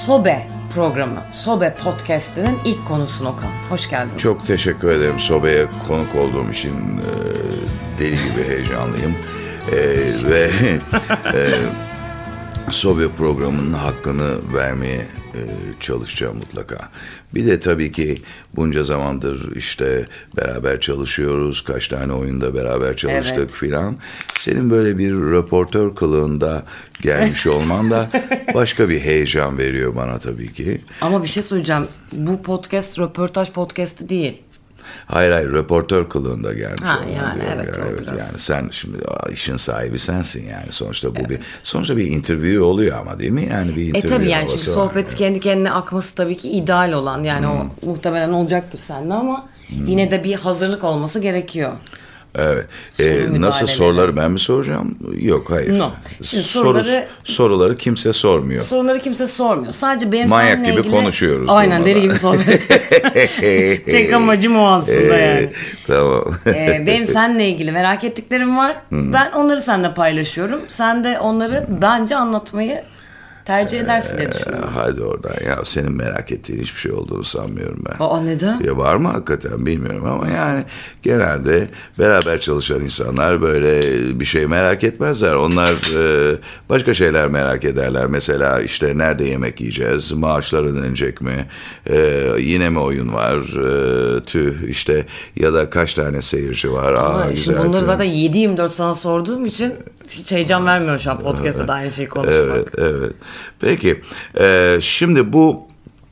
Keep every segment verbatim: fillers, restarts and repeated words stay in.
Sobe programı, Sobe Podcast'inin ilk konusu Okan. Hoş geldin. Çok teşekkür ederim. Sobe'ye konuk olduğum için e, deli gibi heyecanlıyım. E, ve e, Sobe programının hakkını vermeye e, çalışacağım mutlaka. Bir de tabii ki bunca zamandır işte beraber çalışıyoruz. Kaç tane oyunda beraber çalıştık evet. filan. Senin böyle bir röportör kılığında gelmiş olman da başka bir heyecan veriyor bana tabii ki. Ama bir şey söyleyeceğim. Bu podcast röportaj podcastı değil. Hayır hayır röportör kılığında gelmiş ha, olman yani, diyorum. evet, yani, evet biraz. yani sen şimdi işin sahibi sensin yani sonuçta bu evet. bir sonuçta bir interview oluyor ama değil mi yani bir interview. E tabii yani çünkü sohbeti yani. kendi kendine akması tabii ki ideal olan yani hmm. o muhtemelen olacaktır sende ama hmm. yine de bir hazırlık olması gerekiyor. Evet. Ee, nasıl soruları ben mi soracağım? Yok hayır. No. Şimdi soruları, Soru, soruları kimse sormuyor. Soruları kimse sormuyor. Sadece benim manyak seninle gibi ilgili... konuşuyoruz. Aynen deli gibi sohbet. Tek amacım o aslında yani. Tamam. ee, benim seninle ilgili merak ettiklerim var. Hmm. Ben onları seninle paylaşıyorum. Sen de onları bence anlatmayı tercih edersin diye düşünüyorum. Ee, hadi oradan ya senin merak ettiğin hiçbir şey olduğunu sanmıyorum ben. Aa neden? Ya var mı hakikaten bilmiyorum ama Nasıl? yani genelde beraber çalışan insanlar böyle bir şey merak etmezler. Onlar e, başka şeyler merak ederler. Mesela işte nerede yemek yiyeceğiz, maaşlar ödenecek mi, e, yine mi oyun var, e, tüh işte ya da kaç tane seyirci var. Ama Aa, şimdi bunları zaten yedi yirmi dört sana sorduğum için hiç heyecan vermiyor şu an podcast'ta da aynı şeyi konuşmak. Evet, evet. Peki, e, şimdi bu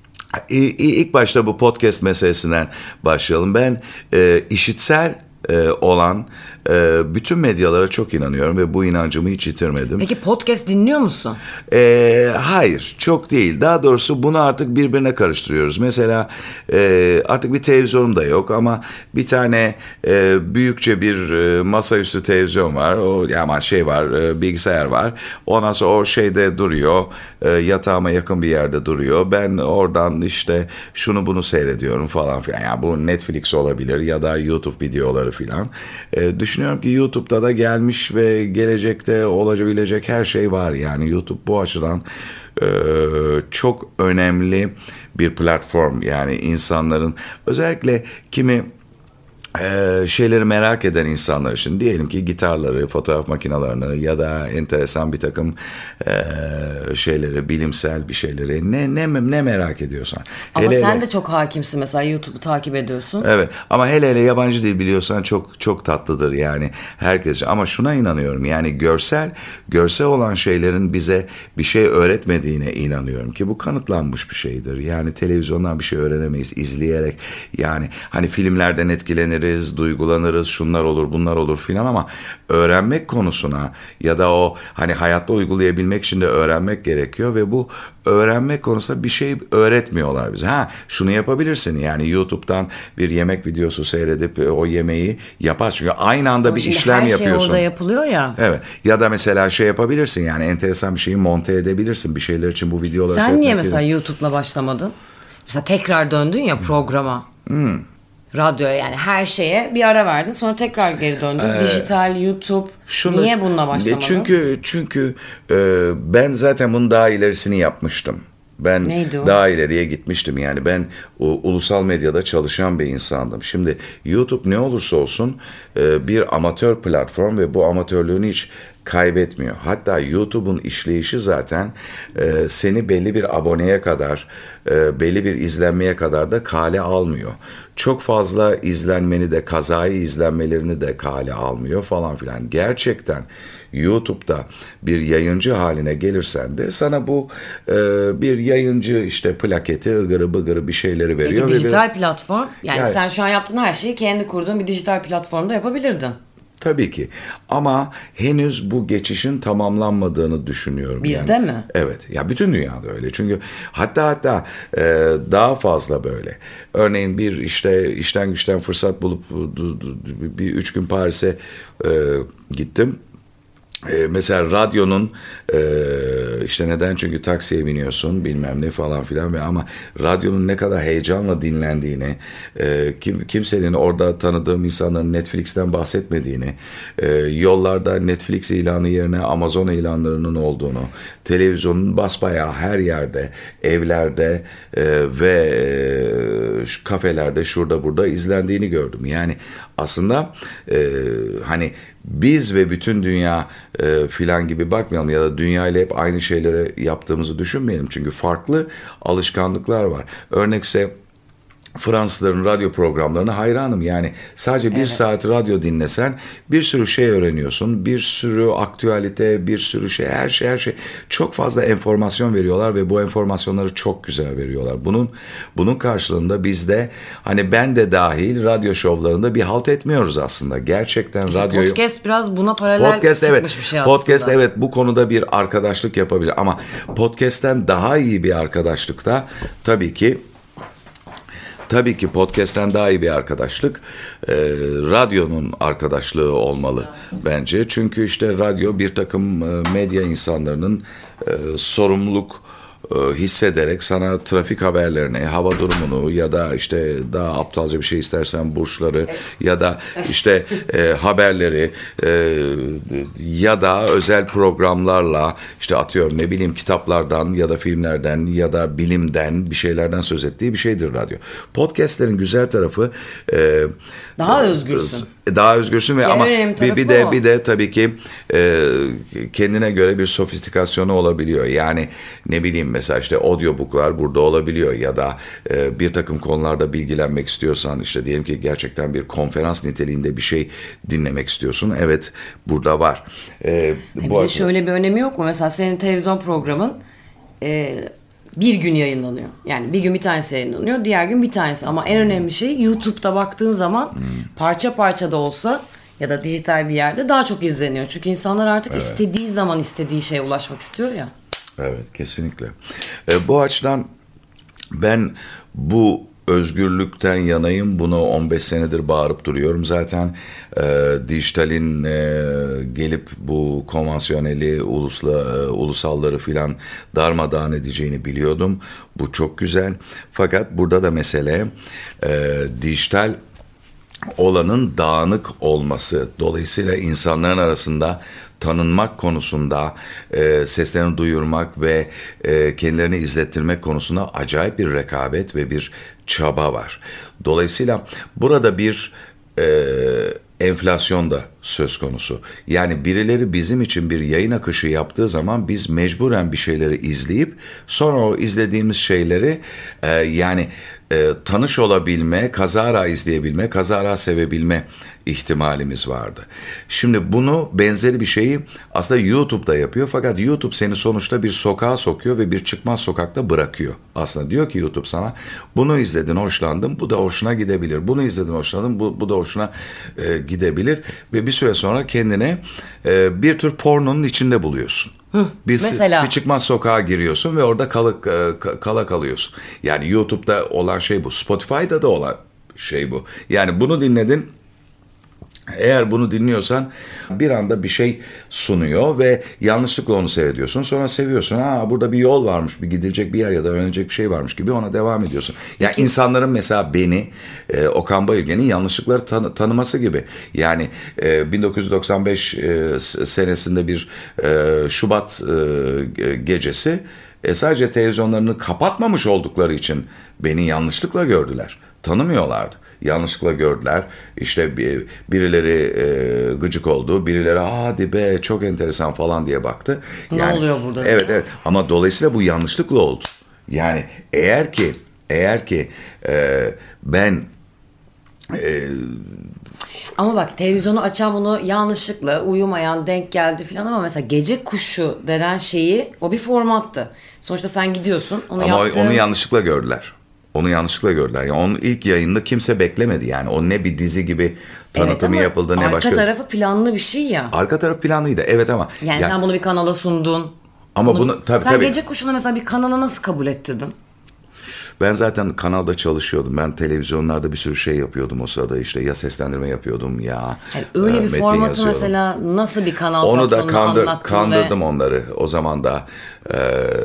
ilk başta bu podcast meselesinden başlayalım. Ben e, işitsel e, olan e, bütün medyalara çok inanıyorum ve bu inancımı hiç yitirmedim. Peki podcast dinliyor musun? E, hayır, çok değil. Daha doğrusu bunu artık birbirine karıştırıyoruz. Mesela e, artık bir televizyonum da yok ama bir tane e, büyükçe bir e, masaüstü televizyon var. O yani şey var, e, bilgisayar var. Ondan sonra o şeyde duruyor. E, yatağıma yakın bir yerde duruyor. Ben oradan işte şunu bunu seyrediyorum falan filan. Yani bu Netflix olabilir ya da YouTube videoları filan. E, düşünüyorum ki YouTube'da da gelmiş ve gelecekte olabilecek her şey var. Yani YouTube bu açıdan e, çok önemli bir platform. Yani insanların özellikle kimi Ee, şeyleri merak eden insanlar için diyelim ki gitarları, fotoğraf makinelerini ya da enteresan bir takım e, şeyleri, bilimsel bir şeyleri ne ne ne merak ediyorsan. Ama hele sen hele, de çok hakimsin mesela YouTube'u takip ediyorsun. Evet ama hele hele yabancı dil biliyorsan çok çok tatlıdır yani herkes. Ama şuna inanıyorum yani görsel görsel olan şeylerin bize bir şey öğretmediğine inanıyorum ki bu kanıtlanmış bir şeydir. Yani televizyondan bir şey öğrenemeyiz izleyerek yani hani filmlerden etkileniriz. Duygulanırız, şunlar olur, bunlar olur filan ama öğrenmek konusuna ya da o hani hayatta uygulayabilmek için de öğrenmek gerekiyor ve bu öğrenmek konusunda bir şey öğretmiyorlar bize. Ha, şunu yapabilirsin yani YouTube'dan bir yemek videosu seyredip o yemeği yaparsın. Çünkü aynı anda ama bir işlem her yapıyorsun. Her şey orada yapılıyor ya. Evet. Ya da mesela şey yapabilirsin yani enteresan bir şeyi monte edebilirsin. Bir şeyler için bu videoları Sen niye gibi. mesela YouTube'la başlamadın? Mesela tekrar döndün ya programa. Hmm. Radyoya yani her şeye bir ara verdin sonra tekrar geri döndün. Ee, Dijital, YouTube. Şunu, niye bununla başlamadın? Çünkü çünkü e, ben zaten bunun daha ilerisini yapmıştım. Ben daha ileriye gitmiştim yani ben o, ulusal medyada çalışan bir insandım. Şimdi YouTube ne olursa olsun e, bir amatör platform ve bu amatörlüğünü hiç kaybetmiyor. Hatta YouTube'un işleyişi zaten e, seni belli bir aboneye kadar, e, belli bir izlenmeye kadar da kale almıyor. Çok fazla izlenmeni de, kazayı izlenmelerini de kale almıyor falan filan. Gerçekten YouTube'da bir yayıncı haline gelirsen de sana bu e, bir yayıncı işte plaketi, ıgırı bıgırı bir şeyleri veriyor. Peki dijital bir, platform, yani, yani sen şu an yaptığın her şeyi kendi kurduğun bir dijital platformda yapabilirdin. Tabii ki ama henüz bu geçişin tamamlanmadığını düşünüyorum. Bizde yani, mi? Evet ya bütün dünyada öyle çünkü hatta hatta e, daha fazla böyle. Örneğin bir işte işten güçten fırsat bulup bir üç gün Paris'e e, gittim. Ee, mesela radyonun e, işte neden, çünkü taksiye biniyorsun bilmem ne falan filan ve ama radyonun ne kadar heyecanla dinlendiğini, e, kim kimsenin orada tanıdığım insanların Netflix'ten bahsetmediğini, e, yollarda Netflix ilanı yerine Amazon ilanlarının olduğunu, televizyonun basbayağı her yerde, evlerde e, ve e, şu kafelerde şurada burada izlendiğini gördüm. Yani aslında e, hani biz ve bütün dünya e, filan gibi bakmayalım ya da dünya ile hep aynı şeyleri yaptığımızı düşünmeyelim. Çünkü farklı alışkanlıklar var. Örnekse Fransızların radyo programlarına hayranım. Yani sadece bir evet. saat radyo dinlesen bir sürü şey öğreniyorsun. Bir sürü aktüelite, bir sürü şey, her şey her şey. Çok fazla enformasyon veriyorlar ve bu enformasyonları çok güzel veriyorlar. Bunun bunun karşılığında biz de hani ben de dahil radyo şovlarında bir halt etmiyoruz aslında. Gerçekten işte radyoyu... Podcast biraz buna paralel podcast, çıkmış evet. bir şey aslında. Podcast evet bu konuda bir arkadaşlık yapabilir. Ama podcast'ten daha iyi bir arkadaşlıkta tabii ki Tabii ki podcast'ten daha iyi bir arkadaşlık e, radyonun arkadaşlığı olmalı bence. Çünkü işte radyo bir takım e, medya insanlarının e, sorumluluk hissederek sana trafik haberlerini, hava durumunu ya da işte daha aptalca bir şey istersen burçları evet. ya da işte e, haberleri e, ya da özel programlarla işte atıyorum ne bileyim kitaplardan ya da filmlerden ya da bilimden bir şeylerden söz ettiği bir şeydir radyo. Podcastlerin güzel tarafı e, daha özgürsün. Daha özgürsün ve yani ama bir, bir de o. bir de tabii ki e, kendine göre bir sofistikasyonu olabiliyor. Yani ne bileyim mesela işte audiobooklar burada olabiliyor ya da e, bir takım konularda bilgilenmek istiyorsan işte diyelim ki gerçekten bir konferans niteliğinde bir şey dinlemek istiyorsun. Evet burada var. E, bir bu de şöyle bir önemi yok mu? Mesela senin televizyon programın e, bir gün yayınlanıyor. Yani bir gün bir tanesi yayınlanıyor, diğer gün bir tanesi. Ama en önemli şey YouTube'da baktığın zaman hmm. parça parça da olsa ya da dijital bir yerde daha çok izleniyor. Çünkü insanlar artık evet. istediği zaman istediği şeye ulaşmak istiyor ya. Evet, kesinlikle. E, bu açıdan ben bu özgürlükten yanayım. Bunu on beş senedir bağırıp duruyorum. Zaten e, dijitalin e, gelip bu konvansiyoneli ulusla, e, ulusalları filan darmadağın edeceğini biliyordum. Bu çok güzel. Fakat burada da mesele e, dijital olanın dağınık olması. Dolayısıyla insanların arasında tanınmak konusunda, e, seslerini duyurmak ve e, kendilerini izlettirmek konusunda acayip bir rekabet ve bir çaba var. Dolayısıyla burada bir e, enflasyon da söz konusu. Yani birileri bizim için bir yayın akışı yaptığı zaman biz mecburen bir şeyleri izleyip sonra o izlediğimiz şeyleri e, yani e, tanış olabilme, kazara izleyebilme, kazara sevebilme ihtimalimiz vardı. Şimdi bunu benzeri bir şeyi aslında YouTube'da yapıyor fakat YouTube seni sonuçta bir sokağa sokuyor ve bir çıkmaz sokakta bırakıyor. Aslında diyor ki YouTube sana bunu izledin, hoşlandın, bu da hoşuna gidebilir. Bunu izledin, hoşlandın, bu, bu da hoşuna e, gidebilir ve bir süre sonra kendine e, bir tür pornonun içinde buluyorsun. Hı, bir, mesela. bir çıkmaz sokağa giriyorsun ve orada kala, kala kalıyorsun. Yani YouTube'da olan şey bu. Spotify'da da olan şey bu. Yani bunu dinledin. Eğer bunu dinliyorsan bir anda bir şey sunuyor ve yanlışlıkla onu seyrediyorsun. Sonra seviyorsun. Ha burada bir yol varmış, bir gidilecek bir yer ya da öğrenecek bir şey varmış gibi ona devam ediyorsun. Yani Peki. insanların mesela beni, e, Okan Bayülgen'in yanlışlıkları tan- tanıması gibi. Yani e, bin dokuz yüz doksan beş e, senesinde bir e, Şubat e, gecesi e, sadece televizyonlarını kapatmamış oldukları için beni yanlışlıkla gördüler. Tanımıyorlardı. Yanlışlıkla gördüler. İşte birileri e, gıcık oldu. Birileri hadi be çok enteresan falan diye baktı. Yani, ne oluyor burada? Evet evet ama dolayısıyla bu yanlışlıkla oldu. Yani eğer ki eğer ki e, ben e, ama bak televizyonu açan bunu yanlışlıkla uyumayan denk geldi falan ama mesela gece kuşu denen şeyi o bir formattı. Sonuçta sen gidiyorsun onu ama yaptığın... onu yanlışlıkla gördüler. Onu yanlışlıkla gördüler. Yani onun ilk yayında kimse beklemedi yani. O ne bir dizi gibi tanıtımı evet, yapıldı ne başka. Arka tarafı planlı bir şey ya. Arka tarafı planlıydı evet ama. Yani, yani sen bunu bir kanala sundun. Ama bunu, bunu tabii sen tabii. Gece Kuşu'nu mesela bir kanala nasıl kabul ettirdin? Ben zaten kanalda çalışıyordum. Ben televizyonlarda bir sürü şey yapıyordum o sırada. İşte ya seslendirme yapıyordum ya Yani öyle e, bir metin formatı yazıyordum. mesela nasıl bir kanal Onu da patronuna kandır, anlattın kandırdım ve... onları. O zaman da e,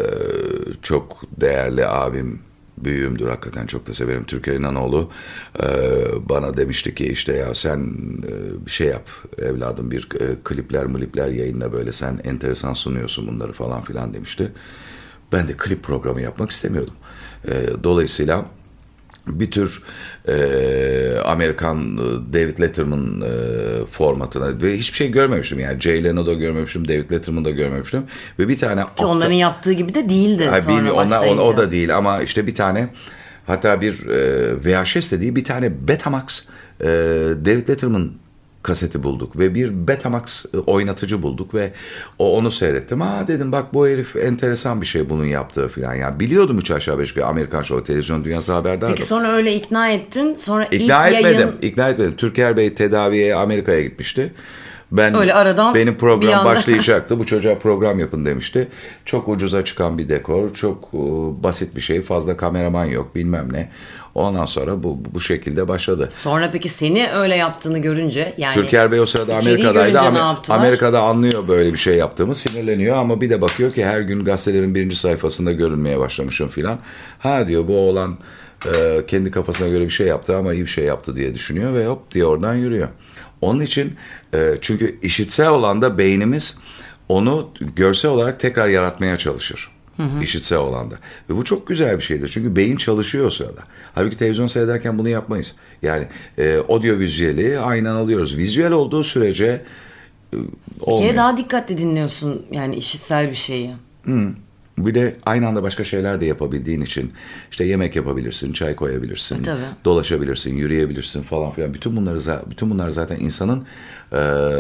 çok değerli abim, büyüğümdür hakikaten, çok da severim, Türker İnanoğlu, e, bana demişti ki işte ya sen e, bir şey yap evladım, bir e, klipler mulipler yayınla, böyle sen enteresan sunuyorsun bunları falan filan demişti. Ben de klip programı yapmak istemiyordum. E, dolayısıyla bir tür e, Amerikan David Letterman e, formatına ve hiçbir şey görmemiştim. Yani Jay Leno'da da görmemiştim, David Letterman'da da görmemiştim. Ve bir tane... Ki onların yaptığı gibi de değildi Hayır, sonra bilmiyorum, onlar, başlayınca. o, o da değil ama işte bir tane, hatta bir e, V H S dediği bir tane Betamax e, David Letterman kaseti bulduk ve bir Betamax oynatıcı bulduk ve o onu seyrettim. Ha dedim, bak bu herif enteresan bir şey bunun yaptığı falan. Yani biliyordum üç aşağı beş yukarı Amerikan şovu, televizyon dünyası haberdardım. Peki sonra öyle ikna ettin. Sonra İkna ilk etmedim. yayın... İkna etmedim. Türker Bey tedaviye Amerika'ya gitmişti. Ben Öyle aradan benim bir program anda... başlayacaktı. Bu çocuğa program yapın demişti. Çok ucuza çıkan bir dekor, çok e, basit bir şey. Fazla kameraman yok, bilmem ne. Ondan sonra bu bu şekilde başladı. Sonra peki seni öyle yaptığını görünce, yani Türker Bey o sırada içeriği Amerika'daydı. görünce ne Amer- yaptılar? Amerika'da anlıyor böyle bir şey yaptığımı, sinirleniyor ama bir de bakıyor ki her gün gazetelerin birinci sayfasında görünmeye başlamışım filan. Ha diyor, bu oğlan e, kendi kafasına göre bir şey yaptı ama iyi bir şey yaptı diye düşünüyor ve hop diye oradan yürüyor. Onun için e, çünkü işitsel olan da beynimiz onu görsel olarak tekrar yaratmaya çalışır. Hı hı. İşitsel olanda. Ve bu çok güzel bir şeydir. Çünkü beyin çalışıyor o sırada. Halbuki televizyon seyrederken bunu yapmayız. Yani e, audio-vizüeli aynen alıyoruz. Vizüel olduğu sürece e, olmuyor. Bir kere daha dikkatli dinliyorsun yani işitsel bir şeyi. Hı. Bir de aynı anda başka şeyler de yapabildiğin için işte yemek yapabilirsin, çay koyabilirsin, E, tabii. dolaşabilirsin, yürüyebilirsin falan filan. Bütün bunları bütün bunlar zaten insanın e,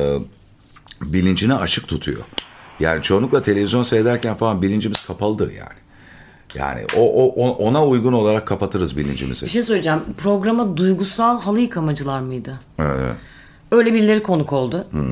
bilincini açık tutuyor. Yani çoğunlukla televizyon seyrederken falan bilincimiz kapalıdır yani. Yani o, o ona uygun olarak kapatırız bilincimizi. Bir şey söyleyeceğim. Programa duygusal halı yıkamacılar mıydı? Evet. Öyle birileri konuk oldu. Hmm.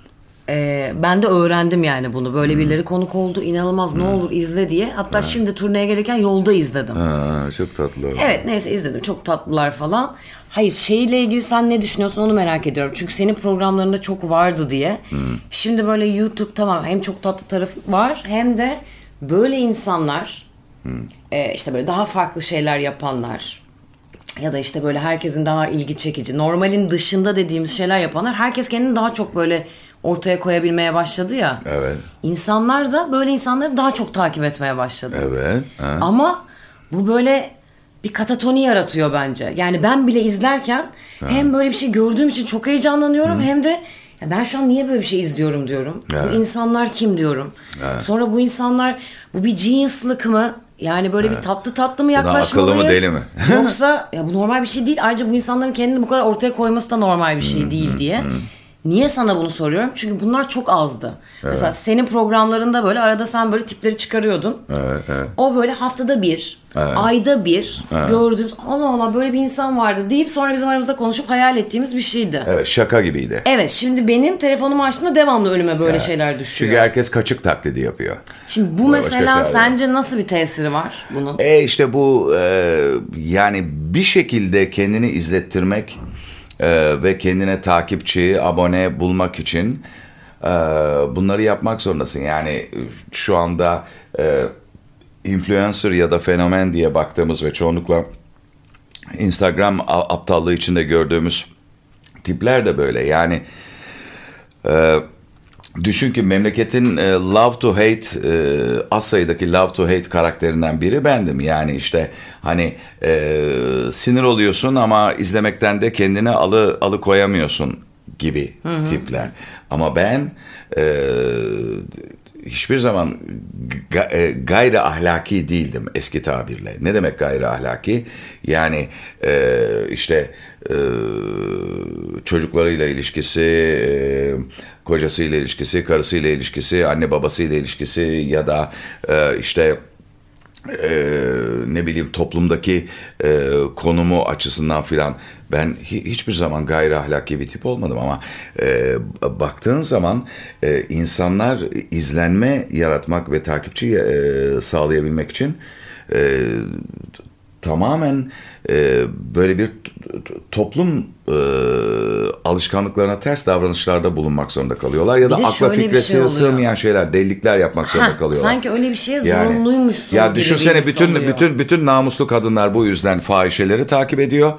Ee, ben de öğrendim yani bunu. Böyle hmm. birileri konuk oldu. İnanılmaz hmm. ne olur izle diye. Hatta hmm. şimdi turneye gelirken yolda izledim. Ha, çok tatlı. Evet, neyse izledim. Çok tatlılar falan. Hayır, şeyle ilgili sen ne düşünüyorsun onu merak ediyorum. Çünkü senin programlarında çok vardı diye. Hmm. Şimdi böyle YouTube tamam, hem çok tatlı tarafı var hem de böyle insanlar hmm. e, işte böyle daha farklı şeyler yapanlar ya da işte böyle herkesin daha ilgi çekici, normalin dışında dediğimiz şeyler yapanlar, herkes kendini daha çok böyle ortaya koyabilmeye başladı ya. Evet. İnsanlar da böyle insanları daha çok takip etmeye başladı. Evet. Ha. Ama bu böyle bir katatoni yaratıyor bence. Yani ben bile izlerken ha. hem böyle bir şey gördüğüm için çok heyecanlanıyorum Hı. hem de ya ben şu an niye böyle bir şey izliyorum diyorum. Evet. Bu insanlar kim diyorum. Evet. Sonra bu insanlar, bu bir genius'lık mı? Yani böyle evet. bir tatlı tatlı mı yaklaşmalıyız? Akıllı mı deli mi? Yoksa ya bu normal bir şey değil. Ayrıca bu insanların kendini bu kadar ortaya koyması da normal bir şey değil diye. Niye sana bunu soruyorum? Çünkü bunlar çok azdı. Evet. Mesela senin programlarında böyle arada sen böyle tipleri çıkarıyordun. Evet, evet. O böyle haftada bir, evet. ayda bir evet. gördüğümüz, Allah Allah böyle bir insan vardı deyip sonra bizim aramızda konuşup hayal ettiğimiz bir şeydi. Evet, şaka gibiydi. Evet, şimdi benim telefonumu açtığımda devamlı önüme böyle evet. şeyler düşüyor. Çünkü herkes kaçık taklidi yapıyor. Şimdi bu böyle mesela sence nasıl bir tesiri var bunun? E işte bu e, yani bir şekilde kendini izlettirmek Ee, ve kendine takipçi, abone bulmak için e, bunları yapmak zorundasın. Yani şu anda e, influencer ya da fenomen diye baktığımız ve çoğunlukla Instagram aptallığı içinde gördüğümüz tipler de böyle. Yani e, düşün ki memleketin e, love to hate, e, az sayıdaki love to hate karakterinden biri bendim. Yani işte hani e, sinir oluyorsun ama izlemekten de kendini alı alıkoyamıyorsun gibi hı hı. tipler. Ama ben e, hiçbir zaman ga, gayri ahlaki değildim eski tabirle. Ne demek gayri ahlaki? Yani e, işte e, çocuklarıyla ilişkisi, e, kocasıyla ilişkisi, karısıyla ilişkisi, anne babasıyla ilişkisi ya da e, işte e, ne bileyim toplumdaki e, konumu açısından filan ben hiçbir zaman gayri ahlaki bir tip olmadım ama e, baktığın zaman e, insanlar izlenme yaratmak ve takipçi e, sağlayabilmek için e, tamamen e, böyle bir t- t- toplum e, alışkanlıklarına ters davranışlarda bulunmak zorunda kalıyorlar ya da Bir de akla şöyle bir fikre şey oluyor. sığmayan şeyler, delilikler yapmak zorunda Heh, kalıyorlar. sanki öyle bir şeye Yani, zorunluymuşsun ya gibi düşünsene bir his bütün oluyor. bütün bütün namuslu kadınlar bu yüzden fahişeleri takip ediyor.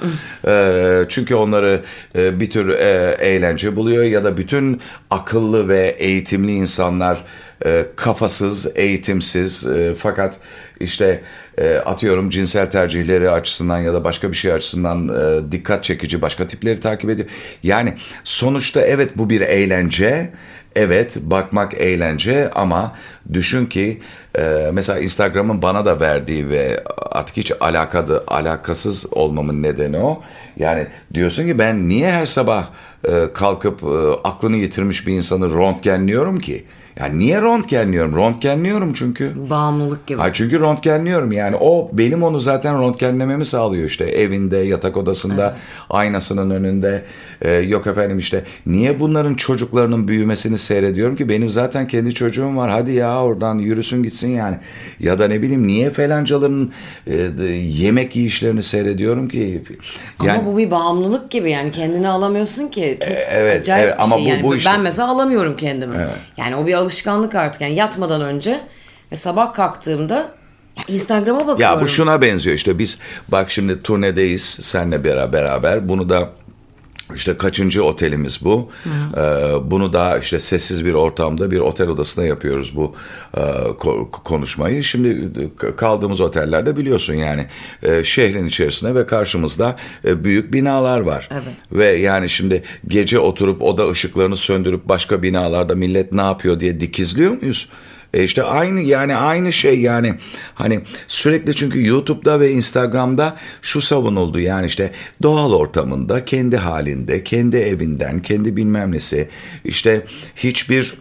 e, çünkü onları e, bir tür e, eğlence buluyor ya da bütün akıllı ve eğitimli insanlar e, kafasız, eğitimsiz e, fakat işte e, atıyorum cinsel tercihleri açısından ya da başka bir şey açısından e, dikkat çekici başka tipleri takip ediyor. Yani sonuçta evet bu bir eğlence. Evet bakmak eğlence ama düşün ki e, mesela Instagram'ın bana da verdiği ve artık hiç alakadı, alakasız olmamın nedeni o. Yani diyorsun ki ben niye her sabah e, kalkıp e, aklını yitirmiş bir insanı röntgenliyorum ki? Yani niye röntgenliyorum? Röntgenliyorum çünkü. Bağımlılık gibi. Ha çünkü röntgenliyorum yani o benim onu zaten röntgenlememi sağlıyor işte evinde yatak odasında evet. Aynasının önünde ee, yok efendim işte niye bunların çocuklarının büyümesini seyrediyorum ki benim zaten kendi çocuğum var hadi ya oradan yürüsün gitsin yani ya da ne bileyim niye falancaların e, de, yemek yiyişlerini seyrediyorum ki yani, ama bu bir bağımlılık gibi yani kendini alamıyorsun ki çok e, evet, acayip evet, bir ama şey bu, yani bu işte. Ben mesela alamıyorum kendimi Evet. yani o bir alışkanlık artık yani yatmadan önce ve sabah kalktığımda ya Instagram'a bakıyorum. Ya bu şuna benziyor işte biz bak şimdi turnedeyiz senle beraber beraber bunu da İşte kaçıncı otelimiz bu? Ee, bunu da işte sessiz bir ortamda bir otel odasında yapıyoruz bu e, ko- konuşmayı. Şimdi kaldığımız otellerde biliyorsun yani e, şehrin içerisinde ve karşımızda e, büyük binalar var. Evet. Ve yani şimdi gece oturup oda ışıklarını söndürüp başka binalarda millet ne yapıyor diye dikizliyor muyuz? E işte aynı yani aynı şey yani hani sürekli çünkü YouTube'da ve Instagram'da şu savunuldu yani işte doğal ortamında kendi halinde kendi evinden kendi bilmem nesi işte hiçbir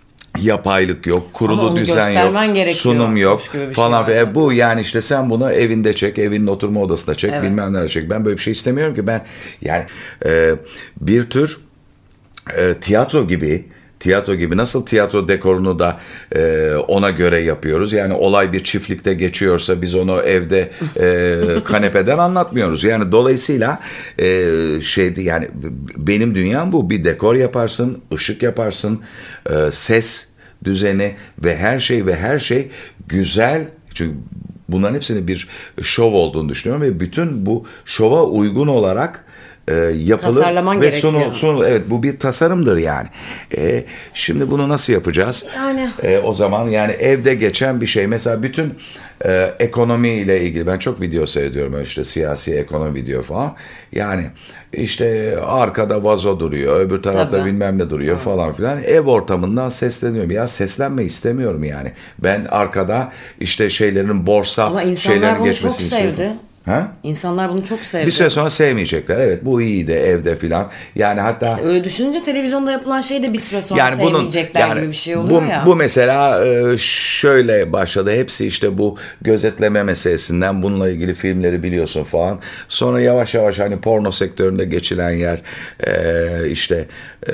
yapaylık yok, kurulu düzen yok, sunum yok falan. Şey e, bu yani işte sen bunu evinde çek, evinin oturma odasında çek, evet. Bilmem nerede çek. Ben böyle bir şey istemiyorum ki ben yani e, bir tür e, tiyatro gibi Tiyatro gibi nasıl tiyatro dekorunu da e, ona göre yapıyoruz. Yani olay bir çiftlikte geçiyorsa biz onu evde e, kanepeden anlatmıyoruz. Yani dolayısıyla e, şeydi yani benim dünyam bu. Bir dekor yaparsın, ışık yaparsın, e, ses düzeni ve her şey ve her şey güzel. Çünkü bunların hepsinin bir şov olduğunu düşünüyorum ve bütün bu şova uygun olarak E, yapılır tasarlaman ve gerekiyor. sonu, sonu evet bu bir tasarımdır yani. E, şimdi bunu nasıl yapacağız? Yani e, o zaman yani evde geçen bir şey mesela bütün e, ekonomi ile ilgili ben çok video seyrediyorum işte siyasi ekonomi video falan. Yani işte arkada vazo duruyor, öbür tarafta Tabii. bilmem ne duruyor Tabii. falan filan. Ev ortamından sesleniyorum. Ya seslenme istemiyorum yani. Ben arkada işte şeylerin borsa Ama şeylerin geçmesini istiyorum. Ama insanlar bunu çok sevdi. Ha? İnsanlar bunu çok sevdi. Bir süre sonra sevmeyecekler. Evet bu iyiydi evde filan. Yani hatta işte öyle düşününce televizyonda yapılan şey de bir süre sonra yani bunun, sevmeyecekler yani gibi bir şey oluyor bu, ya. Bu mesela şöyle başladı. Hepsi işte bu gözetleme meselesinden bununla ilgili filmleri biliyorsun falan. Sonra yavaş yavaş hani porno sektöründe geçilen yer işte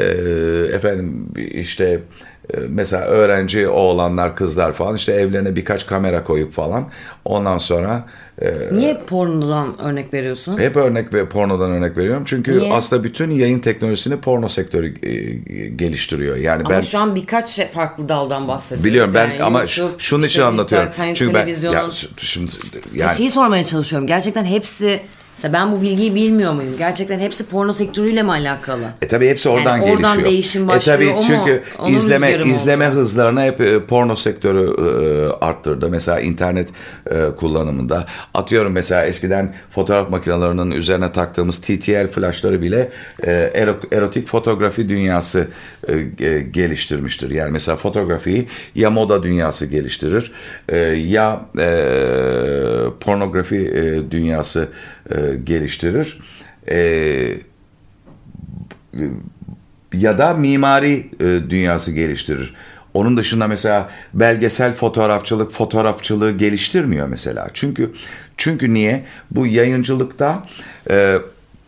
efendim işte mesela öğrenci oğlanlar kızlar falan işte evlerine birkaç kamera koyup falan ondan sonra niye pornodan örnek veriyorsun? Hep örnek ve pornodan örnek veriyorum. Çünkü Niye? aslında bütün yayın teknolojisini porno sektörü geliştiriyor. Yani ama ben şu an birkaç farklı daldan bahsediyoruz. Biliyorum ben yani ama YouTube, şunun için işte anlatıyorum. Dijital, çünkü ben ya, şimdi yani şeyi sormaya çalışıyorum. Gerçekten hepsi mesela ben bu bilgiyi bilmiyor muyum? Gerçekten hepsi porno sektörüyle mi alakalı? E tabii hepsi oradan yani gelişiyor. Oradan değişim başlıyor. E tabii çünkü o mu? izleme izleme oluyor. Hızlarına hep e, porno sektörü e, arttırdı. Mesela internet e, kullanımında atıyorum mesela eskiden fotoğraf makinelerinin üzerine taktığımız T T L flashları bile e, erotik fotoğrafi dünyası e, e, geliştirmiştir. Yani mesela fotoğrafiyi ya moda dünyası geliştirir e, ya e, pornografi e, dünyası e, geliştirir e, ya da mimari e, dünyası geliştirir. Onun dışında mesela belgesel fotoğrafçılık fotoğrafçılığı geliştirmiyor mesela. Çünkü çünkü niye? Bu yayıncılıkta e,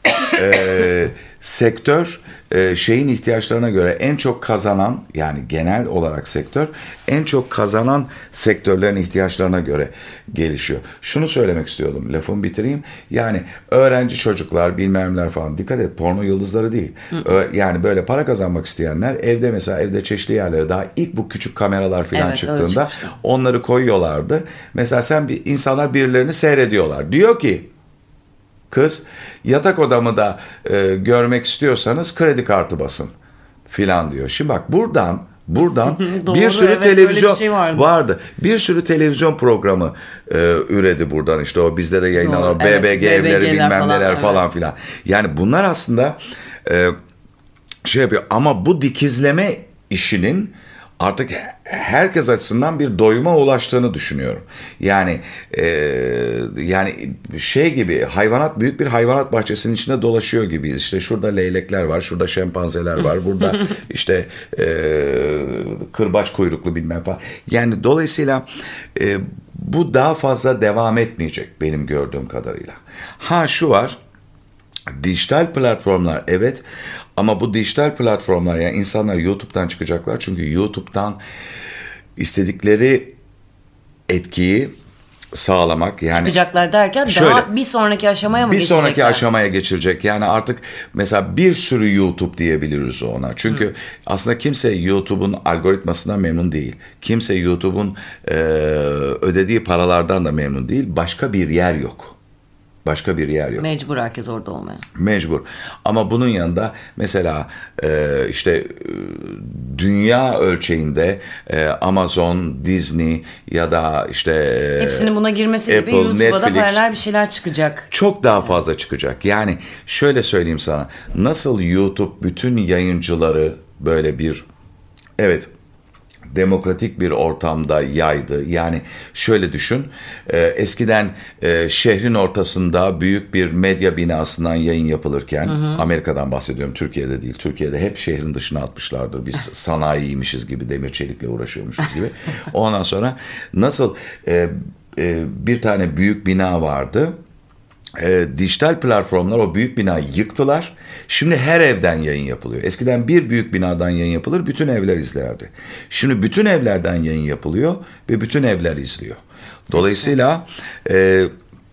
e, sektör e, şeyin ihtiyaçlarına göre en çok kazanan, yani genel olarak sektör en çok kazanan sektörlerin ihtiyaçlarına göre gelişiyor. Şunu söylemek istiyordum, lafımı bitireyim. Yani öğrenci çocuklar, bilmemler falan, dikkat et, porno yıldızları değil. Ö, yani böyle para kazanmak isteyenler evde, mesela evde çeşitli yerlere, daha ilk bu küçük kameralar falan evet, çıktığında onları koyuyorlardı. Mesela sen bir insanlar birilerini seyrediyorlar. Diyor ki kız, yatak odamı da e, görmek istiyorsanız kredi kartı basın filan diyor. Şimdi bak, buradan buradan Doğru, bir sürü evet, televizyon bir şey vardı. vardı. Bir sürü televizyon programı e, üredi buradan, işte o bizde de yayınlanan evet, B B G evleri, B B G'ler bilmem falan, neler evet. falan filan. Yani bunlar aslında e, şey yapıyor, ama bu dikizleme işinin artık herkes açısından bir doyuma ulaştığını düşünüyorum. Yani e, yani şey gibi, hayvanat, büyük bir hayvanat bahçesinin içinde dolaşıyor gibiyiz. İşte şurada leylekler var, şurada şempanzeler var, burada işte e, kırbaç kuyruklu bilmem falan. Yani dolayısıyla e, bu daha fazla devam etmeyecek benim gördüğüm kadarıyla. Ha, şu var. Dijital platformlar, evet, ama bu dijital platformlar, yani insanlar YouTube'dan çıkacaklar, çünkü YouTube'dan istedikleri etkiyi sağlamak, yani çıkacaklar derken şöyle, daha bir sonraki aşamaya mı bir geçecekler? sonraki aşamaya geçilecek. Yani artık mesela bir sürü YouTube diyebiliriz ona. Çünkü Hı. aslında kimse YouTube'un algoritmasından memnun değil. Kimse YouTube'un e, ödediği paralardan da memnun değil. Başka bir yer yok. Başka bir yer yok. Mecbur herkes orada olmaya. Mecbur. Ama bunun yanında mesela e, işte e, dünya ölçeğinde e, Amazon, Disney ya da işte e, hepsinin buna girmesi Apple, gibi YouTube'a Netflix, da paralel bir şeyler çıkacak. Çok daha fazla çıkacak. Yani şöyle söyleyeyim sana. Nasıl YouTube bütün yayıncıları böyle bir, evet, demokratik bir ortamda yaydı. Yani şöyle düşün, e, eskiden e, şehrin ortasında büyük bir medya binasından yayın yapılırken, hı hı. Amerika'dan bahsediyorum, Türkiye'de değil. Türkiye'de hep şehrin dışına atmışlardır. Biz sanayiymişiz gibi, demir çelikle uğraşıyormuşuz gibi. Ondan sonra nasıl e, e, bir tane büyük bina vardı. E, dijital platformlar o büyük binayı yıktılar. Şimdi her evden yayın yapılıyor. Eskiden bir büyük binadan yayın yapılır, bütün evler izlerdi. Şimdi bütün evlerden yayın yapılıyor ve bütün evler izliyor. Dolayısıyla e,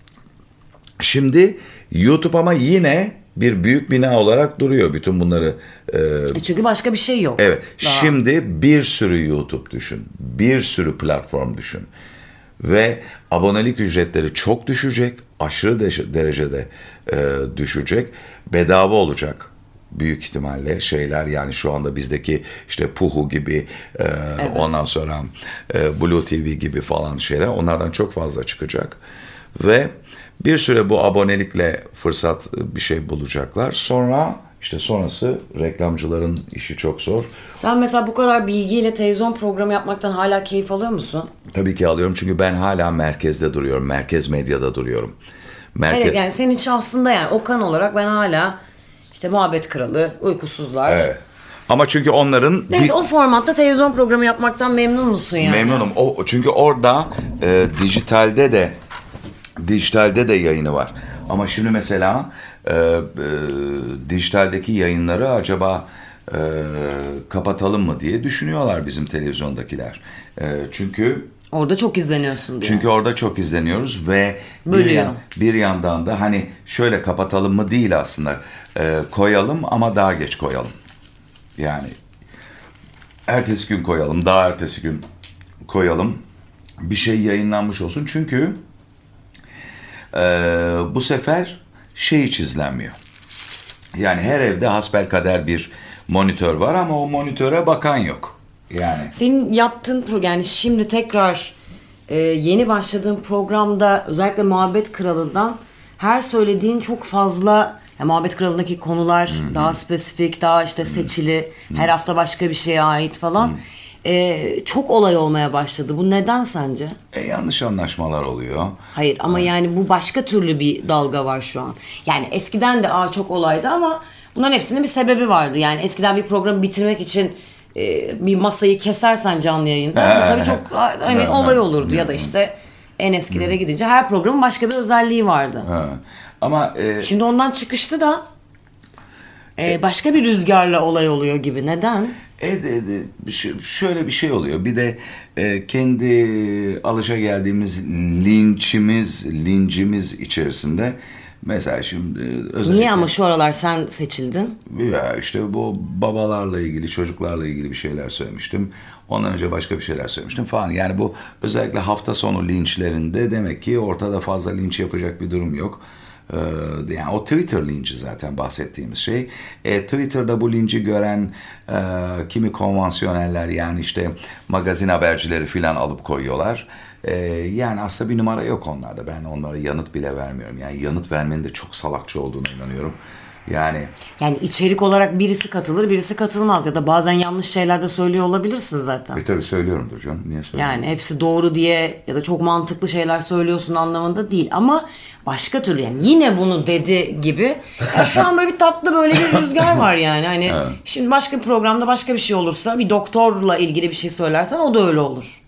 şimdi YouTube ama yine bir büyük bina olarak duruyor. Bütün bunları e, e çünkü başka bir şey yok. Evet. Daha. Şimdi bir sürü YouTube düşün. Bir sürü platform düşün. Ve abonelik ücretleri çok düşecek, aşırı de- derecede e, düşecek, bedava olacak büyük ihtimalle şeyler, yani şu anda bizdeki işte Puhu gibi, e, evet. ondan sonra e, Blue T V gibi falan şeyler, onlardan çok fazla çıkacak ve bir süre bu abonelikle fırsat bir şey bulacaklar. Sonra İşte sonrası reklamcıların işi çok zor. Sen mesela bu kadar bilgiyle televizyon programı yapmaktan hala keyif alıyor musun? Tabii ki alıyorum, çünkü ben hala merkezde duruyorum. Merkez medyada duruyorum. Merkez... Evet, yani senin şahsında, yani Okan olarak ben hala işte Muhabbet Kralı, Uykusuzlar. Evet. Ama çünkü onların... Neyse, o formatta televizyon programı yapmaktan memnun musun yani? Memnunum. O, çünkü orada e, dijitalde de dijitalde de yayını var. Ama şimdi mesela e, e, dijitaldeki yayınları acaba e, kapatalım mı diye düşünüyorlar bizim televizyondakiler. E, çünkü orada çok izleniyorsun diye. Çünkü orada çok izleniyoruz ve bir, yan, bir yandan da hani şöyle kapatalım mı değil aslında, e, koyalım ama daha geç koyalım. Yani ertesi gün koyalım, daha ertesi gün koyalım, bir şey yayınlanmış olsun. Çünkü e, bu sefer şey hiç izlenmiyor. Yani her evde hasbelkader bir monitör var ama o monitöre bakan yok. Yani senin yaptığın program, yani şimdi tekrar e, yeni başladığın programda özellikle Muhabbet Kralı'ndan her söylediğin çok fazla, yani Muhabbet Kralı'ndaki konular Hı-hı. daha spesifik, daha işte seçili, Hı-hı. her hafta başka bir şeye ait falan. E, çok olay olmaya başladı. Bu neden sence? E, yanlış anlaşmalar oluyor. Hayır ama evet. yani bu başka türlü bir dalga var şu an. Yani eskiden de aa, çok olaydı ama bunların hepsinin bir sebebi vardı. Yani eskiden bir programı bitirmek için e, bir masayı kesersen canlı yayında bu tabii çok hani evet, olay olurdu. Evet. Ya da işte en eskilere gidince her programın başka bir özelliği vardı. Evet. Ama e, Şimdi ondan çıkıştı da e, başka bir rüzgarla olay oluyor gibi. Neden? E, de, de, bir şey- şöyle bir şey oluyor. Bir de e, kendi alışageldiğimiz linçimiz, lincimiz içerisinde mesela şimdi e, özellikle Niye ama şu aralar sen seçildin? ya işte bu babalarla ilgili, çocuklarla ilgili bir şeyler söylemiştim. Ondan önce başka bir şeyler söylemiştim falan. Yani bu özellikle hafta sonu linçlerinde demek ki ortada fazla linç yapacak bir durum yok. Ee, yani o Twitter linci zaten bahsettiğimiz şey. E, Twitter'da bu linci gören e, kimi konvansiyoneller, yani işte magazin habercileri filan alıp koyuyorlar. E, yani aslında bir numara yok onlarda. Ben onlara yanıt bile vermiyorum. Yani yanıt vermenin de çok salakça olduğuna inanıyorum. Yani Yani içerik olarak birisi katılır, birisi katılmaz ya da bazen yanlış şeyler de söylüyor olabilirsin zaten. e, tabii söylüyorumdur canım. Niye söylüyorum? Yani hepsi doğru diye ya da çok mantıklı şeyler söylüyorsun anlamında değil ama başka türlü, yani yine bunu dedi gibi. Yani şu an böyle bir tatlı böyle bir rüzgar var yani. Hani Evet. şimdi başka bir programda başka bir şey olursa, bir doktorla ilgili bir şey söylersen o da öyle olur.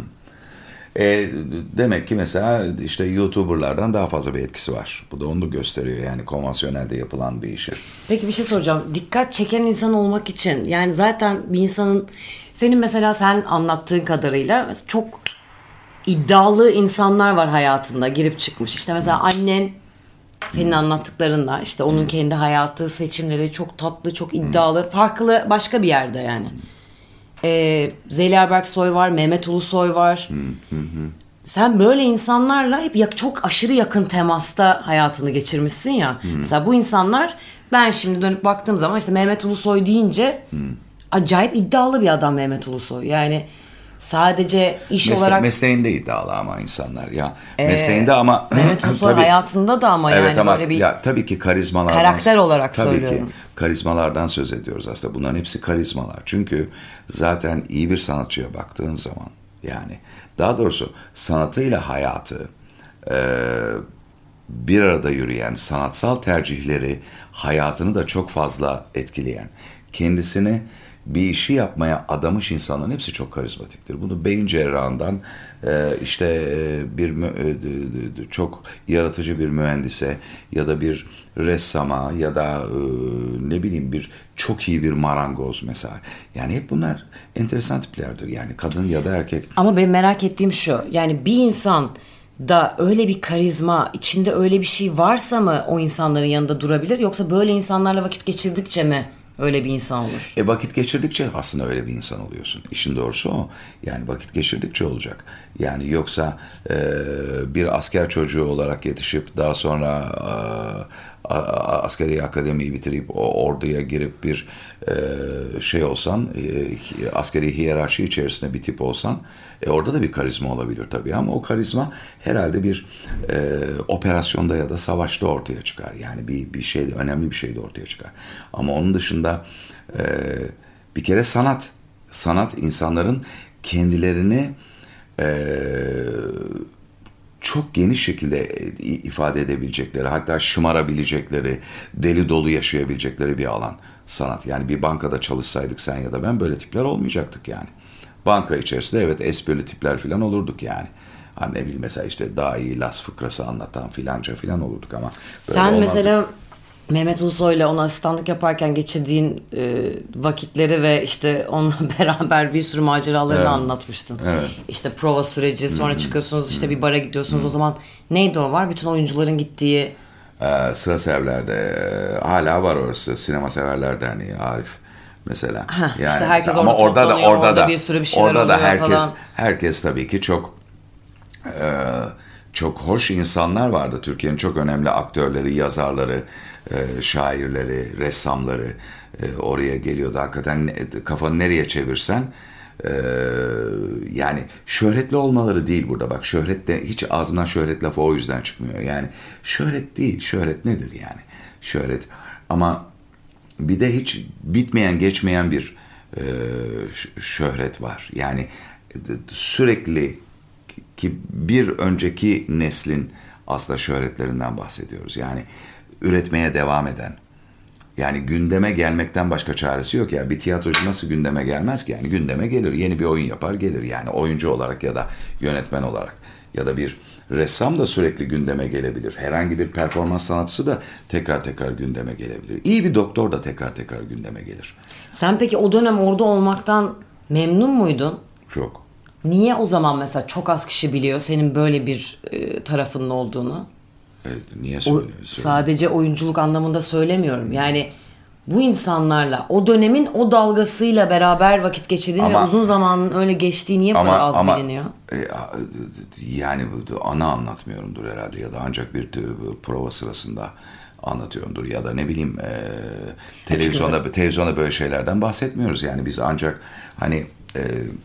E, demek ki mesela işte YouTuber'lardan daha fazla bir etkisi var. Bu da onu gösteriyor, yani konvansiyonelde yapılan bir işi. Peki bir şey soracağım. Dikkat çeken insan olmak için, yani zaten bir insanın, senin mesela sen anlattığın kadarıyla çok iddialı insanlar var hayatında, girip çıkmış. İşte mesela annen senin anlattıklarında, işte onun kendi hayatı, seçimleri çok tatlı, çok iddialı, farklı başka bir yerde yani. Ee, Zeliha Berksoy var, Mehmet Ulusoy var. Sen böyle insanlarla hep ya- çok aşırı yakın temasta hayatını geçirmişsin ya. Mesela bu insanlar, ben şimdi dönüp baktığım zaman işte Mehmet Ulusoy deyince acayip iddialı bir adam Mehmet Ulusoy. Yani sadece iş Mesle- olarak mesleğinde iddialı ama insanlar ya. Mesleğinde ama Mehmet Ulusoy tabii, hayatında da ama evet, yani ama böyle bir ya tabii ki karizmalardan, karakter olarak tabii söylüyorum. ki karizmalardan söz ediyoruz aslında. Bunların hepsi karizmalar. Çünkü zaten iyi bir sanatçıya baktığın zaman, yani daha doğrusu sanatıyla hayatı e, bir arada yürüyen, sanatsal tercihleri hayatını da çok fazla etkileyen, kendisini bir işi yapmaya adamış insanların hepsi çok karizmatiktir. Bunu beyin cerrahından e, işte e, bir mü- e, d- d- çok yaratıcı bir mühendise ya da bir ressama ya da e, ne bileyim bir çok iyi bir marangoz mesela. Yani hep bunlar enteresan tiplerdir. Yani kadın ya da erkek. Ama benim merak ettiğim şu, yani bir insan da öyle bir karizma, içinde öyle bir şey varsa mı o insanların yanında durabilir, yoksa böyle insanlarla vakit geçirdikçe mi öyle bir insan olur? E vakit geçirdikçe aslında öyle bir insan oluyorsun. İşin doğrusu o. Yani vakit geçirdikçe olacak. Yani yoksa e, bir asker çocuğu olarak yetişip daha sonra e, a- a- askeri akademiyi bitirip o orduya girip bir e, şey olsan, e, askeri hiyerarşi içerisinde bir tip olsan, e, orada da bir karizma olabilir tabii, ama o karizma herhalde bir e, operasyonda ya da savaşta ortaya çıkar. Yani bir bir şeyde, önemli bir şeyde ortaya çıkar. Ama onun dışında e, bir kere sanat, sanat insanların kendilerini e, çok geniş şekilde ifade edebilecekleri, hatta şımarabilecekleri, deli dolu yaşayabilecekleri bir alan sanat. Yani bir bankada çalışsaydık sen ya da ben, böyle tipler olmayacaktık yani. Banka içerisinde evet esprili tipler falan olurduk yani. Hani ne bileyim mesela işte daha iyi Las fıkrası anlatan filanca filan olurduk ama böyle Sen olmazdık. mesela Mehmet Ulusoy'la ona asistanlık yaparken geçirdiğin e, vakitleri ve işte onunla beraber bir sürü maceralarını Evet. anlatmıştın. Evet. İşte prova süreci, sonra çıkıyorsunuz işte bir bara gidiyorsunuz. O zaman neydi o var? Bütün oyuncuların gittiği. Ee, sıra severlerde e, hala var orası, Sinema Severler Derneği, Arif mesela. Heh, yani işte herkes ama orada orada da toplanıyor, orada, orada da bir sürü bir şeyler orada da oluyor herkes falan. herkes tabii ki çok e, çok hoş insanlar vardı. Türkiye'nin çok önemli aktörleri, yazarları, e, şairleri, ressamları e, oraya geliyordu. Hakikaten ne- kafanı nereye çevirsen e, yani şöhretli olmaları değil burada. Bak, şöhret de, hiç ağzımdan şöhret lafı o yüzden çıkmıyor. Yani şöhret değil. Şöhret nedir yani? Şöhret, ama bir de hiç bitmeyen, geçmeyen bir e, ş- şöhret var. Yani e, sürekli ki bir önceki neslin aslında şöhretlerinden bahsediyoruz. Yani üretmeye devam eden. Yani gündeme gelmekten başka çaresi yok ya. Bir tiyatrocu nasıl gündeme gelmez ki? Yani gündeme gelir, yeni bir oyun yapar, gelir. Yani oyuncu olarak ya da yönetmen olarak. Ya da bir ressam da sürekli gündeme gelebilir. Herhangi bir performans sanatçısı da tekrar tekrar gündeme gelebilir. İyi bir doktor da tekrar tekrar gündeme gelir. Sen peki o dönem orada olmaktan memnun muydun? Yok. Niye o zaman mesela çok az kişi biliyor senin böyle bir e, tarafının olduğunu? Evet, niye O, söylüyorsun? sadece oyunculuk anlamında söylemiyorum. Yani bu insanlarla o dönemin o dalgasıyla beraber vakit geçirdiğin Ama- ve uzun zamanın öyle geçtiği niye bu Ama, kadar az ama biliniyor? e, yani bu- ana anlatmıyorumdur herhalde ya da ancak bir t- prova sırasında anlatıyorumdur ya da ne bileyim e, televizyonda televizyonda böyle şeylerden bahsetmiyoruz yani biz ancak hani e,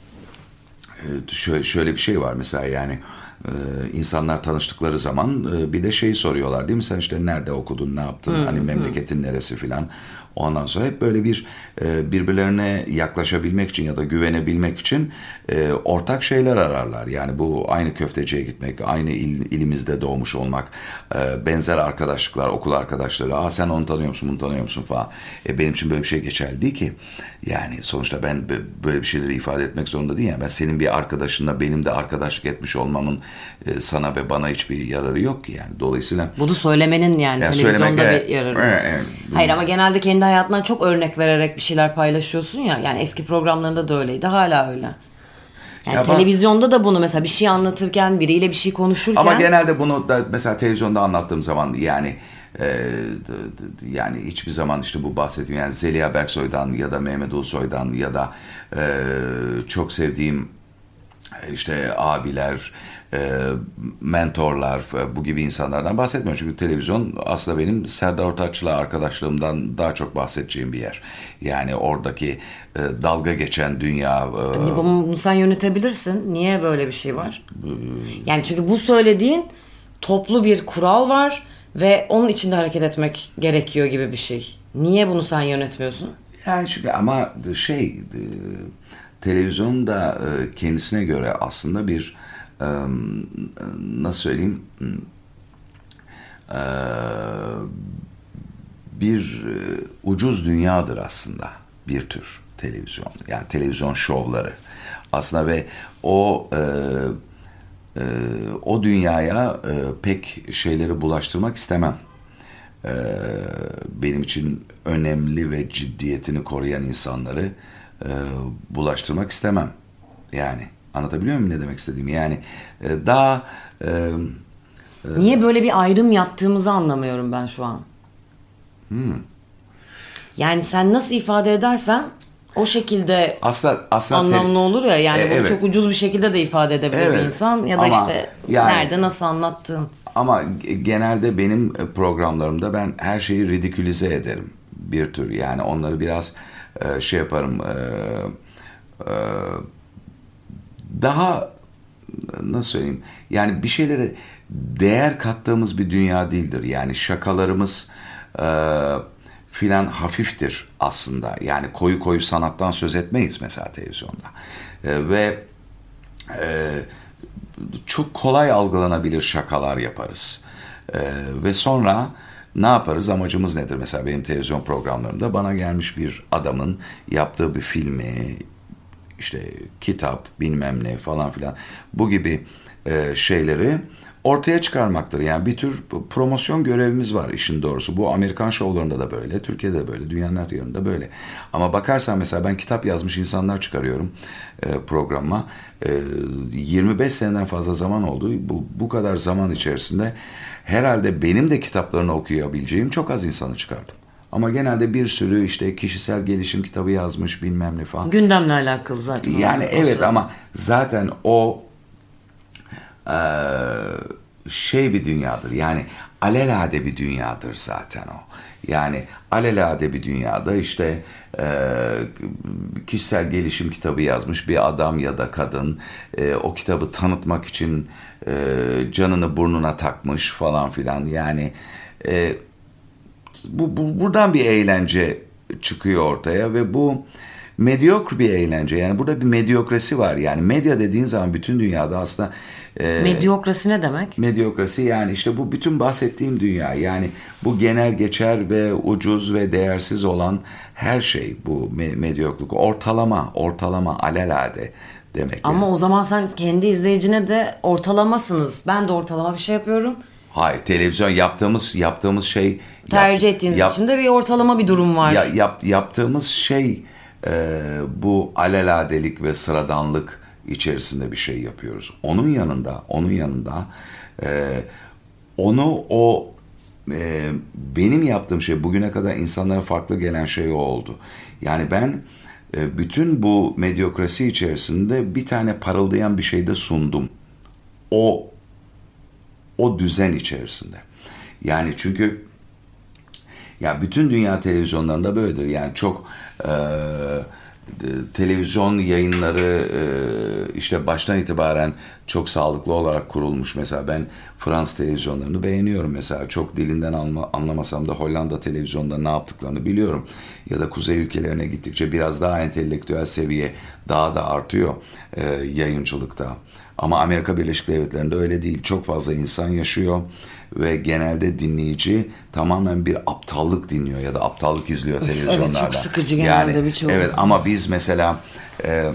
e, şöyle, şöyle bir şey var mesela yani e, insanlar tanıştıkları zaman e, bir de şeyi soruyorlar değil mi sen işte nerede okudun ne yaptın hani memleketin neresi filan. Ondan sonra hep böyle bir e, birbirlerine yaklaşabilmek için ya da güvenebilmek için e, ortak şeyler ararlar. Yani bu aynı köfteciye gitmek, aynı il, ilimizde doğmuş olmak, e, benzer arkadaşlıklar, okul arkadaşları. Aa sen onu tanıyor musun, bunu tanıyor musun falan. E, benim için böyle bir şey geçerli değil ki. Yani sonuçta ben böyle bir şeyleri ifade etmek zorunda değilim. Yani ben senin bir arkadaşınla benim de arkadaşlık etmiş olmamın e, sana ve bana hiçbir yararı yok ki yani. Dolayısıyla Bunu söylemenin yani, yani televizyonda söylemek, bir yararı. evet, evet. Hayır ama genelde kendi hayatından çok örnek vererek bir şeyler paylaşıyorsun ya. Yani eski programlarında da öyleydi. Hala öyle. Yani Ya televizyonda da bunu mesela bir şey anlatırken, biriyle bir şey konuşurken. Ama genelde bunu da mesela televizyonda anlattığım zaman yani e, d- d- yani hiçbir zaman işte bu bahsettiğim yani Zeliha Berksoy'dan ya da Mehmet Ulusoy'dan ya da e, çok sevdiğim işte abiler, e, mentorlar, e, bu gibi insanlardan bahsetmiyorum. Çünkü televizyon aslında benim Serdar Ortaç'la arkadaşlığımdan daha çok bahsedeceğim bir yer. Yani oradaki e, dalga geçen dünya. E, Hani bunu, bunu sen yönetebilirsin. Niye böyle bir şey var? Yani çünkü bu söylediğin toplu bir kural var ve onun içinde hareket etmek gerekiyor gibi bir şey. Niye bunu sen yönetmiyorsun? Yani çünkü ama şey e, televizyon da e, kendisine göre aslında bir e, nasıl söyleyeyim e, bir e, ucuz dünyadır aslında bir tür televizyon. Yani televizyon şovları aslında ve o e, e, o dünyaya e, pek şeyleri bulaştırmak istemem. E, benim için önemli ve ciddiyetini koruyan insanları e, bulaştırmak istemem. Yani anlatabiliyor muyum ne demek istediğimi? Yani e, daha e, Niye böyle bir ayrım yaptığımızı anlamıyorum ben şu an. hmm. Yani sen nasıl ifade edersen o şekilde aslında aslında anlamlı te- olur ya. Yani E, bunu evet. çok ucuz bir şekilde de ifade edebilir Evet. bir insan. Ya da Ama işte yani- nerede nasıl anlattığın. Ama genelde benim programlarımda ben her şeyi ridikülize ederim bir tür. Yani onları biraz e, şey yaparım. E, e, daha nasıl söyleyeyim? Yani bir şeylere değer kattığımız bir dünya değildir. Yani şakalarımız e, filan hafiftir aslında. Yani koyu koyu sanattan söz etmeyiz mesela televizyonda. E, ve e, çok kolay algılanabilir şakalar yaparız. Ee, ve sonra ne yaparız? Amacımız nedir? Mesela benim televizyon programlarımda bana gelmiş bir adamın yaptığı bir filmi, işte kitap, bilmem ne falan filan bu gibi e, şeyleri ortaya çıkarmaktır. Yani bir tür promosyon görevimiz var işin doğrusu. Bu Amerikan şovlarında da böyle, Türkiye'de de böyle, dünyanın her yerinde böyle. Ama bakarsan mesela ben kitap yazmış insanlar çıkarıyorum e, programa. E, yirmi beş seneden fazla zaman oldu. Bu, bu kadar zaman içerisinde herhalde benim de kitaplarını okuyabileceğim çok az insanı çıkardım. Ama genelde bir sürü işte kişisel gelişim kitabı yazmış bilmem ne falan. Gündemle alakalı zaten. Yani o evet sırada. ama zaten o e, şey bir dünyadır. Yani alelade bir dünyadır zaten o. Yani alelade bir dünyada işte e, kişisel gelişim kitabı yazmış bir adam ya da kadın e, o kitabı tanıtmak için e, canını burnuna takmış falan filan. Yani e, bu, bu buradan bir eğlence çıkıyor ortaya ve bu medyokr bir eğlence. Yani burada bir medyokrasi var. Yani medya dediğin zaman bütün dünyada aslında e, Medyokrasi ne demek? medyokrasi yani işte bu bütün bahsettiğim dünya. Yani bu genel geçer ve ucuz ve değersiz olan her şey bu me- medyokluk. Ortalama, ortalama alelade demek. Ama yani. o zaman sen kendi izleyicine de ortalamasınız. Ben de ortalama bir şey yapıyorum. Hayır, televizyon yaptığımız yaptığımız şey Tercih yap, ettiğiniz yap, için de bir ortalama bir durum var. Ya, yap, yaptığımız şey e, bu aleladelik ve sıradanlık içerisinde bir şey yapıyoruz. Onun yanında, onun yanında e, onu o e, benim yaptığım şey bugüne kadar insanlara farklı gelen şey o oldu. Yani ben e, bütün bu medyokrasi içerisinde bir tane parıldayan bir şey de sundum. O o düzen içerisinde. Yani çünkü ya bütün dünya televizyonlarında böyledir. Yani çok e, televizyon yayınları e, işte baştan itibaren çok sağlıklı olarak kurulmuş. Mesela ben Fransız televizyonlarını beğeniyorum mesela. Çok dilinden anla, anlamasam da Hollanda televizyonda ne yaptıklarını biliyorum. Ya da kuzey ülkelerine gittikçe biraz daha entelektüel seviye daha da artıyor e, yayıncılıkta. Ama Amerika Birleşik Devletleri'nde öyle değil. Çok fazla insan yaşıyor ve genelde dinleyici tamamen bir aptallık dinliyor ya da aptallık izliyor televizyonlarda. Evet, çok sıkıcı genelde yani, birçoğu. Evet, ama biz mesela e,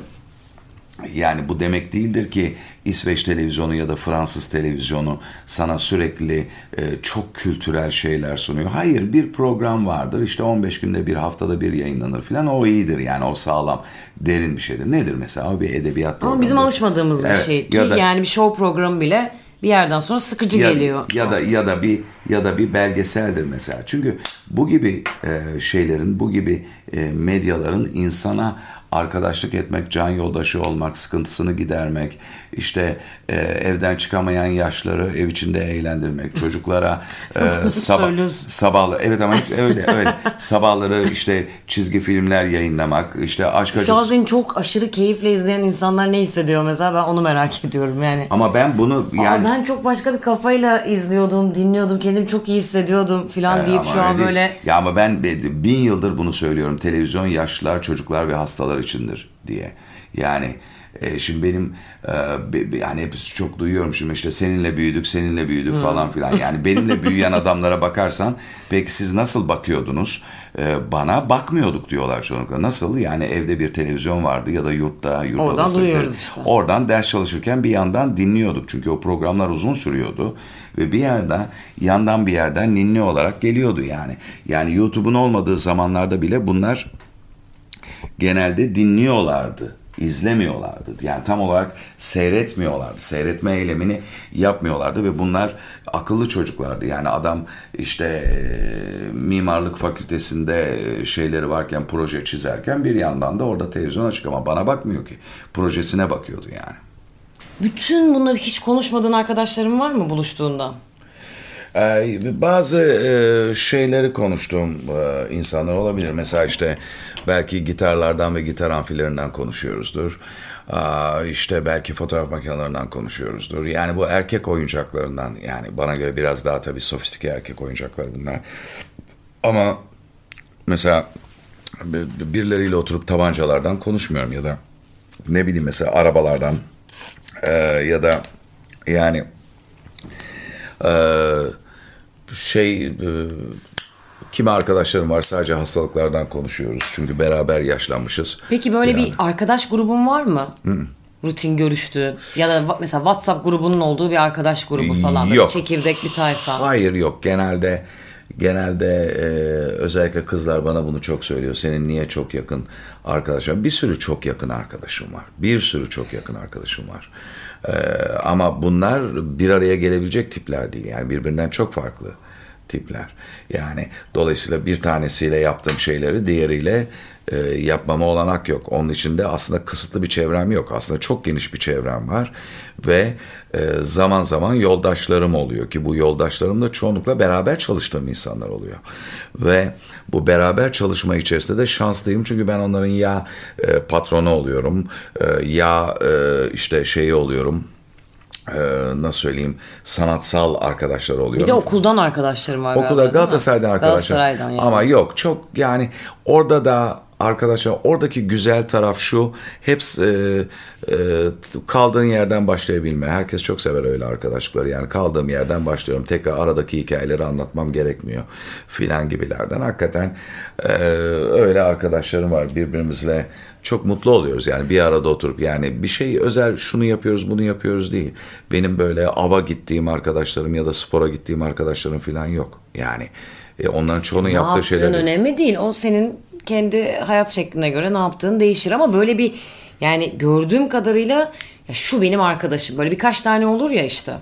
yani bu demek değildir ki İsveç televizyonu ya da Fransız televizyonu sana sürekli e, çok kültürel şeyler sunuyor. Hayır, bir program vardır işte on beş günde bir, haftada bir yayınlanır falan, o iyidir yani, o sağlam, derin bir şeydir. Nedir mesela? O bir edebiyat programı. Ama bizim alışmadığımız evet, bir şey ki ya da, yani bir show programı bile bir yerden sonra sıkıcı ya, geliyor. Ya da ya da bir ya da bir belgeseldir mesela. Çünkü bu gibi e, şeylerin, bu gibi e, medyaların insana arkadaşlık etmek, can yoldaşı olmak, sıkıntısını gidermek, işte e, evden çıkamayan yaşları ev içinde eğlendirmek, çocuklara e, sabah sabahları, evet ama öyle öyle sabahları işte çizgi filmler yayınlamak, işte aşk acısı. Şu an seni çok aşırı keyifle izleyen insanlar ne hissediyor mesela, ben onu merak ediyorum yani. Ama ben bunu yani Aa, ben çok başka bir kafayla izliyordum, dinliyordum, kendimi çok iyi hissediyordum falan e, deyip şu an değil. böyle. Ya ama ben bin yıldır bunu söylüyorum. Televizyon yaşlılar, çocuklar ve hastalar içindir diye. Yani e, şimdi benim e, be, yani hep çok duyuyorum şimdi işte seninle büyüdük, seninle büyüdük hmm. falan filan. Yani benimle büyüyen adamlara bakarsan peki siz nasıl bakıyordunuz? E, bana bakmıyorduk diyorlar çoğunlukla. Nasıl? Yani evde bir televizyon vardı ya da yurtta, yurt oradan duyuyoruz işte. Oradan ders çalışırken bir yandan dinliyorduk. Çünkü o programlar uzun sürüyordu ve bir yerden yandan bir yerden ninni olarak geliyordu yani. Yani YouTube'un olmadığı zamanlarda bile bunlar genelde dinliyorlardı, izlemiyorlardı. Yani tam olarak seyretmiyorlardı. Seyretme eylemini yapmıyorlardı ve bunlar akıllı çocuklardı. Yani adam işte e, mimarlık fakültesinde şeyleri varken, proje çizerken bir yandan da orada televizyon açık ama bana bakmıyor ki. Projesine bakıyordu yani. Bütün bunları hiç konuşmadığın arkadaşların var mı buluştuğunda? Ee, bazı e, şeyleri konuştuğum e, insanlar olabilir. Mesela işte belki gitarlardan ve gitar amfilerinden konuşuyoruzdur. Aa, işte belki fotoğraf makinelerinden konuşuyoruzdur. Yani bu erkek oyuncaklarından, yani bana göre biraz daha tabii sofistike erkek oyuncaklar bunlar. Ama mesela birileriyle oturup tabancalardan konuşmuyorum ya da ne bileyim mesela arabalardan e, ya da yani Ee, şey e, kimi arkadaşlarım var, sadece hastalıklardan konuşuyoruz çünkü beraber yaşlanmışız. Peki böyle yani. Bir arkadaş grubun var mı? Hı. Rutin görüştüğün ya da mesela WhatsApp grubunun olduğu bir arkadaş grubu falan, böyle yok. çekirdek bir tayfa. Hayır, yok. Genelde genelde e, özellikle kızlar bana bunu çok söylüyor. Senin niye çok yakın arkadaşın? Bir sürü çok yakın arkadaşım var. Bir sürü çok yakın arkadaşım var. Ee, ama bunlar bir araya gelebilecek tipler değil. Yani birbirinden çok farklı tipler. Yani dolayısıyla bir tanesiyle yaptığım şeyleri diğeriyle e, yapmama olanak yok. Onun için de aslında kısıtlı bir çevrem yok. Aslında çok geniş bir çevrem var. Ve e, zaman zaman yoldaşlarım oluyor ki bu yoldaşlarım da çoğunlukla beraber çalıştığım insanlar oluyor. Ve bu beraber çalışma içerisinde de şanslıyım. Çünkü ben onların ya e, patronu oluyorum e, ya e, işte şeyi oluyorum. Ee, nasıl söyleyeyim, sanatsal arkadaşlar oluyor. Bir de okuldan arkadaşlarım var. Okulda Galatasaray'dan arkadaşlar. Galatasaray'dan yani. Ama yok çok yani orada da arkadaşlar oradaki güzel taraf şu, hepsi e, e, kaldığın yerden başlayabilme. Herkes çok sever öyle arkadaşlıkları. Yani kaldığım yerden başlıyorum. Tekrar aradaki hikayeleri anlatmam gerekmiyor filan gibilerden. Hakikaten e, öyle arkadaşlarım var, birbirimizle çok mutlu oluyoruz yani bir arada oturup, yani bir şey özel şunu yapıyoruz bunu yapıyoruz değil. Benim böyle ava gittiğim arkadaşlarım ya da spora gittiğim arkadaşlarım falan yok. Yani e, onların çoğunun Ne yaptığı yaptığın şeyler. önemli değil. O senin kendi hayat şekline göre ne yaptığın değişir ama böyle bir, yani gördüğüm kadarıyla ya şu benim arkadaşım, böyle birkaç tane olur ya işte.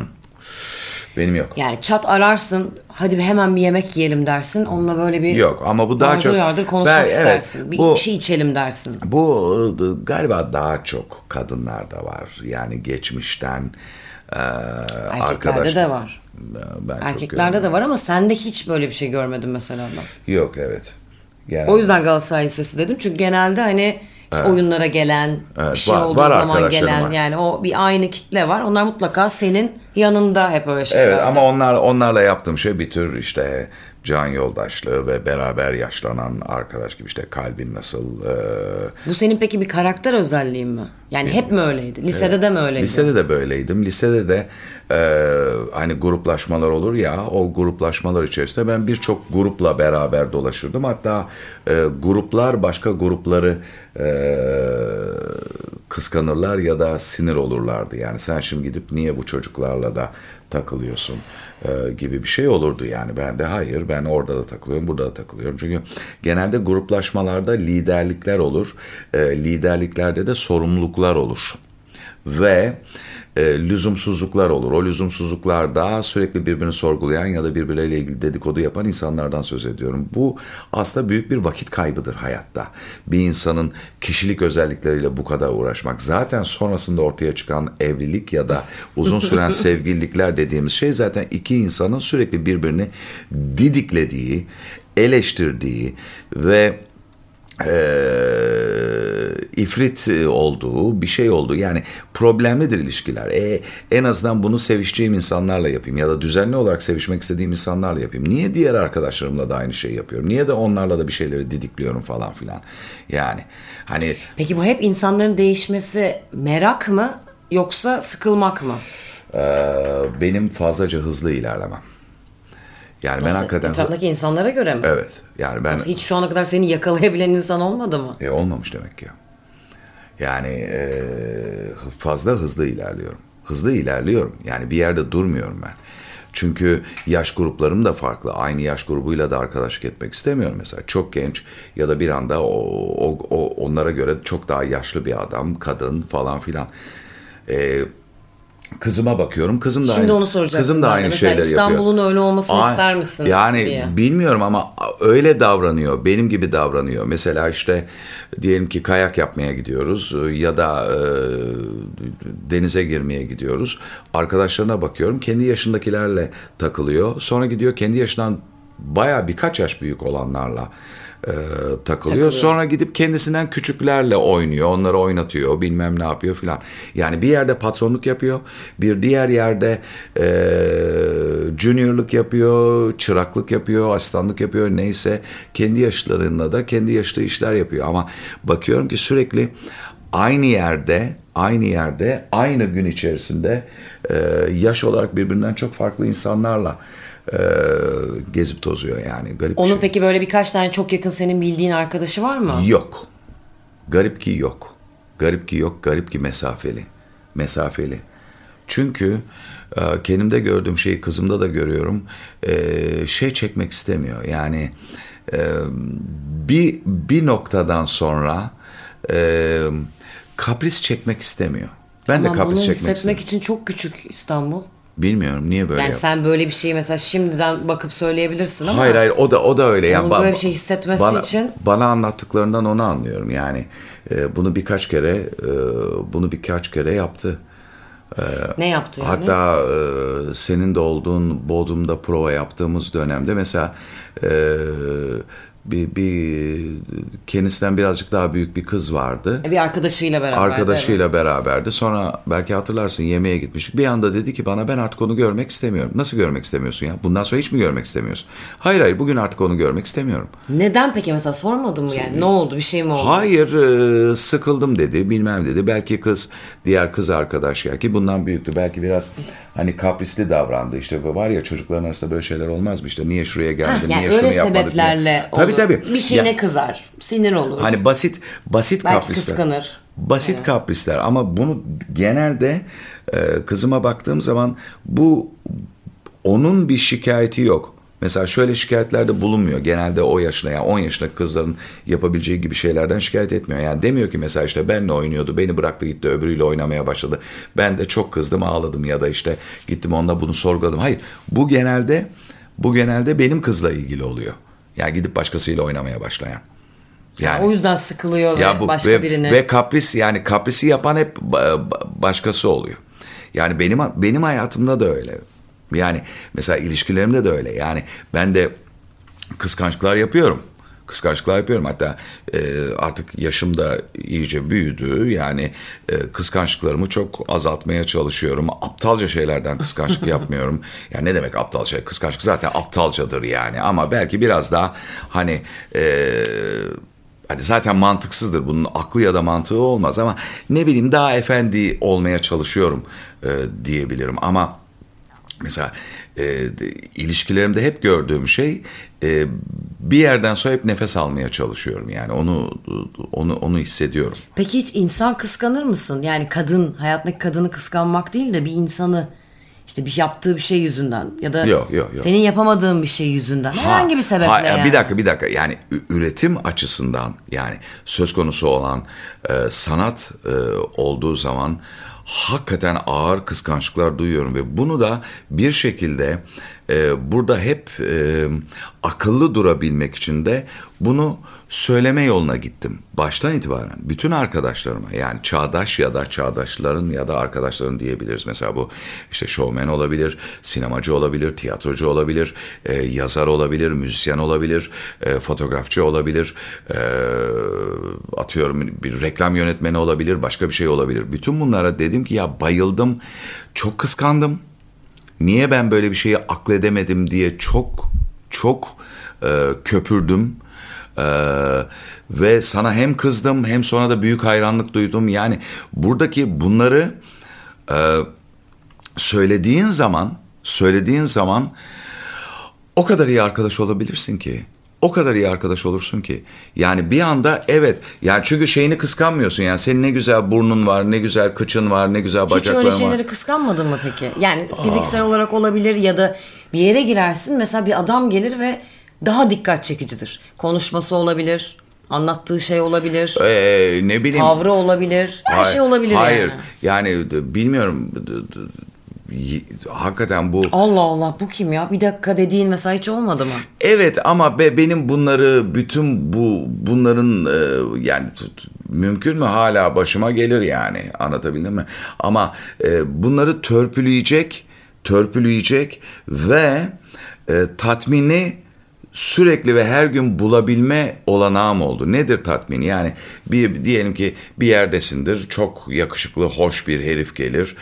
Benim yok. Yani çat ararsın, hadi bir hemen bir yemek yiyelim dersin. Onunla böyle bir Yok ama bu daha yardır çok yardır konuşmak ben, istersin. evet, bir, bu, bir şey içelim dersin. Bu galiba daha çok kadınlarda var. Yani geçmişten e, Erkeklerde arkadaş. de var. Ben Erkeklerde de var ama sende hiç böyle bir şey görmedim mesela ben. Yok, evet. Yani, o yüzden Galatasaray Lisesi dedim. Çünkü genelde hani evet. oyunlara gelen, evet, bir şey var, olduğu var zaman gelen var. Yani o bir aynı kitle var. Onlar mutlaka senin yanında hep öyle şeyler. Evet ama onlar onlarla yaptığım şey bir tür işte can yoldaşlığı ve beraber yaşlanan arkadaş gibi, işte kalbin nasıl. E... Bu senin peki bir karakter özelliğin mi? Yani hep mi öyleydi? Lisede evet. de mi öyleydi? Lisede de böyleydim. Lisede de e, hani gruplaşmalar olur ya, o gruplaşmalar içerisinde ben birçok grupla beraber dolaşırdım. Hatta e, gruplar başka grupları e, kıskanırlar ya da sinir olurlardı. Yani sen şimdi gidip niye bu çocuklarla da takılıyorsun e, gibi bir şey olurdu yani. Ben de hayır, ben orada da takılıyorum, burada da takılıyorum. Çünkü genelde gruplaşmalarda liderlikler olur. E, liderliklerde de sorumluluklar olur. Ve e, lüzumsuzluklar olur. O lüzumsuzluklarda sürekli birbirini sorgulayan ya da birbirleriyle ilgili dedikodu yapan insanlardan söz ediyorum. Bu aslında büyük bir vakit kaybıdır hayatta. Bir insanın kişilik özellikleriyle bu kadar uğraşmak. Zaten sonrasında ortaya çıkan evlilik ya da uzun süren sevgililikler dediğimiz şey zaten iki insanın sürekli birbirini didiklediği, eleştirdiği ve Ee, ifrit olduğu bir şey olduğu, yani problemlidir ilişkiler. E, en azından bunu sevişeceğim insanlarla yapayım ya da düzenli olarak sevişmek istediğim insanlarla yapayım. Niye diğer arkadaşlarımla da aynı şeyi yapıyorum? Niye de onlarla da bir şeyleri didikliyorum falan filan. Yani hani. Peki bu hep insanların değişmesi merak mı yoksa sıkılmak mı? E, benim fazlaca hızlı ilerlemem. Yani Nasıl? ben hakikaten... Etrafındaki insanlara göre mi? Evet. Yani ben... Nasıl, hiç şu ana kadar seni yakalayabilen insan olmadı mı? E, olmamış demek ki. Yani e, fazla hızlı ilerliyorum. Hızlı ilerliyorum. Yani bir yerde durmuyorum ben. Çünkü yaş gruplarım da farklı. Aynı yaş grubuyla da arkadaşlık etmek istemiyorum mesela. Çok genç ya da bir anda o, o, o onlara göre çok daha yaşlı bir adam, kadın falan filan. Eee Kızıma bakıyorum. Kızım da Şimdi aynı, onu soracaktım. Kızım da aynı şeyleri yapıyor. İstanbul'un öyle olmasını Aa, ister misin? Yani diye. bilmiyorum ama öyle davranıyor. Benim gibi davranıyor. Mesela işte diyelim ki kayak yapmaya gidiyoruz ya da e, denize girmeye gidiyoruz. Arkadaşlarına bakıyorum. Kendi yaşındakilerle takılıyor. Sonra gidiyor kendi yaşından bayağı birkaç yaş büyük olanlarla E, takılıyor. takılıyor. Sonra gidip kendisinden küçüklerle oynuyor. Onları oynatıyor. Bilmem ne yapıyor filan. Yani bir yerde patronluk yapıyor. Bir diğer yerde e, juniorluk yapıyor. Çıraklık yapıyor. Asistanlık yapıyor. Neyse. Kendi yaşlarında da kendi yaşlı işler yapıyor. Ama bakıyorum ki sürekli aynı yerde aynı yerde aynı gün içerisinde e, yaş olarak birbirinden çok farklı insanlarla Ee, gezip tozuyor yani. Garip Onun bir şey. Peki böyle birkaç tane çok yakın senin bildiğin arkadaşı var mı? Yok. Garip ki yok. Garip ki yok. Garip ki mesafeli. Mesafeli. Çünkü e, kendimde gördüğüm şeyi kızımda da görüyorum. E, şey çekmek istemiyor. Yani e, bir bir noktadan sonra e, kapris çekmek istemiyor. Ben Ama de kapris çekmek hissetmek istemiyorum. için çok küçük İstanbul. Bilmiyorum niye böyle Yani yap- sen böyle bir şeyi mesela şimdiden bakıp söyleyebilirsin ama. Hayır hayır o da o da öyle. Yani onun böyle bir şey hissetmesi bana, için. Bana anlattıklarından onu anlıyorum. Yani e, bunu birkaç kere e, bunu birkaç kere yaptı. E, Ne yaptı yani? Hatta e, senin de olduğun Bodrum'da prova yaptığımız dönemde mesela e, bir, bir kendisinden birazcık daha büyük bir kız vardı. Bir arkadaşıyla beraber. Arkadaşıyla evet. beraberdi. Sonra belki hatırlarsın yemeğe gitmiştik. Bir anda dedi ki bana ben artık onu görmek istemiyorum. Nasıl görmek istemiyorsun ya? Bundan sonra hiç mi görmek istemiyorsun? Hayır hayır bugün artık onu görmek istemiyorum. Neden peki mesela sormadın mı yani? Ne oldu? Bir şey mi oldu? Hayır sıkıldım dedi bilmem dedi. Belki kız diğer kız arkadaş ya ki bundan büyüktü. Belki biraz hani kaprisli davrandı. İşte var ya çocukların arasında böyle şeyler olmaz mı? İşte niye şuraya geldin? Yani niye öyle şunu yapmadık? sebeplerle Tabii olur. tabii. Bir şeyine ya, kızar. Sinir olur. Hani basit basit belki kaprisler. kıskanır. Basit yani. kaprisler ama bunu genelde e, kızıma baktığım zaman bu onun bir şikayeti yok. Mesela şöyle şikayetlerde bulunmuyor. Genelde o yaşına yani on yaşındaki kızların yapabileceği gibi şeylerden şikayet etmiyor. Yani demiyor ki mesela işte benle oynuyordu, beni bıraktı gitti öbürüyle oynamaya başladı. Ben de çok kızdım ağladım ya da işte gittim onunla bunu sorguladım. Hayır bu genelde bu genelde benim kızla ilgili oluyor. Yani gidip başkasıyla oynamaya başlayan. Yani, o yüzden sıkılıyor ya ve bu, başka ve, birine. Ve kapris yani kaprisi yapan hep başkası oluyor. Yani benim benim hayatımda da öyle. Yani mesela ilişkilerimde de öyle. Yani ben de kıskançlıklar yapıyorum. Kıskançlıklar yapıyorum. Hatta e, artık yaşım da iyice büyüdü. Yani e, kıskançlıklarımı çok azaltmaya çalışıyorum. Aptalca şeylerden kıskançlık yapmıyorum. Yani ne demek aptal şey? Kıskançlık zaten aptalcadır yani. Ama belki biraz daha hani... E, Hani zaten mantıksızdır. Bunun aklı ya da mantığı olmaz ama ne bileyim daha efendi olmaya çalışıyorum e, diyebilirim. Ama mesela e, ilişkilerimde hep gördüğüm şey e, bir yerden sonra hep nefes almaya çalışıyorum. Yani onu onu onu hissediyorum. Peki hiç insan kıskanır mısın? Yani kadın, hayattaki kadını kıskanmak değil de bir insanı işte bir yaptığı bir şey yüzünden ya da yok, yok, yok. senin yapamadığın bir şey yüzünden ha, herhangi bir sebeple ha, yani. Bir dakika bir dakika yani üretim açısından yani söz konusu olan e, sanat e, olduğu zaman hakikaten ağır kıskançlıklar duyuyorum ve bunu da bir şekilde e, burada hep e, akıllı durabilmek için de bunu söyleme yoluna gittim. Baştan itibaren bütün arkadaşlarıma yani çağdaş ya da çağdaşların ya da arkadaşların diyebiliriz. Mesela bu işte şovmen olabilir, sinemacı olabilir, tiyatrocu olabilir, e, yazar olabilir, müzisyen olabilir, e, fotoğrafçı olabilir, e, atıyorum bir reklam yönetmeni olabilir, başka bir şey olabilir. Bütün bunlara dedim ki ya bayıldım, çok kıskandım. Niye ben böyle bir şeyi akledemedim diye çok çok e, köpürdüm. Ee, ve sana hem kızdım hem sonra da büyük hayranlık duydum. Yani buradaki bunları e, söylediğin zaman söylediğin zaman o kadar iyi arkadaş olabilirsin ki. O kadar iyi arkadaş olursun ki. Yani bir anda evet. Yani çünkü şeyini kıskanmıyorsun. Yani senin ne güzel burnun var, ne güzel kıçın var, ne güzel bacakların var. Hiç öyle şeyleri var. Kıskanmadın mı peki? Yani fiziksel Aa. olarak olabilir ya da bir yere girersin. Mesela bir adam gelir ve daha dikkat çekicidir. Konuşması olabilir, anlattığı şey olabilir, ee, ne bileyim, tavrı olabilir, her hayır, şey olabilir hayır. yani. Yani bilmiyorum, hakikaten bu... Allah Allah bu kim ya? Bir dakika dediğin mesela hiç olmadı mı? Evet ama be, benim bunları bütün bu bunların e, yani mümkün mü hala başıma gelir yani anlatabildim mi? Ama e, bunları törpüleyecek, törpüleyecek ve e, tatmini sürekli ve her gün bulabilme olanağım oldu. Nedir tatmin? Yani bir diyelim ki bir yerdesindir. Çok yakışıklı, hoş bir herif gelir.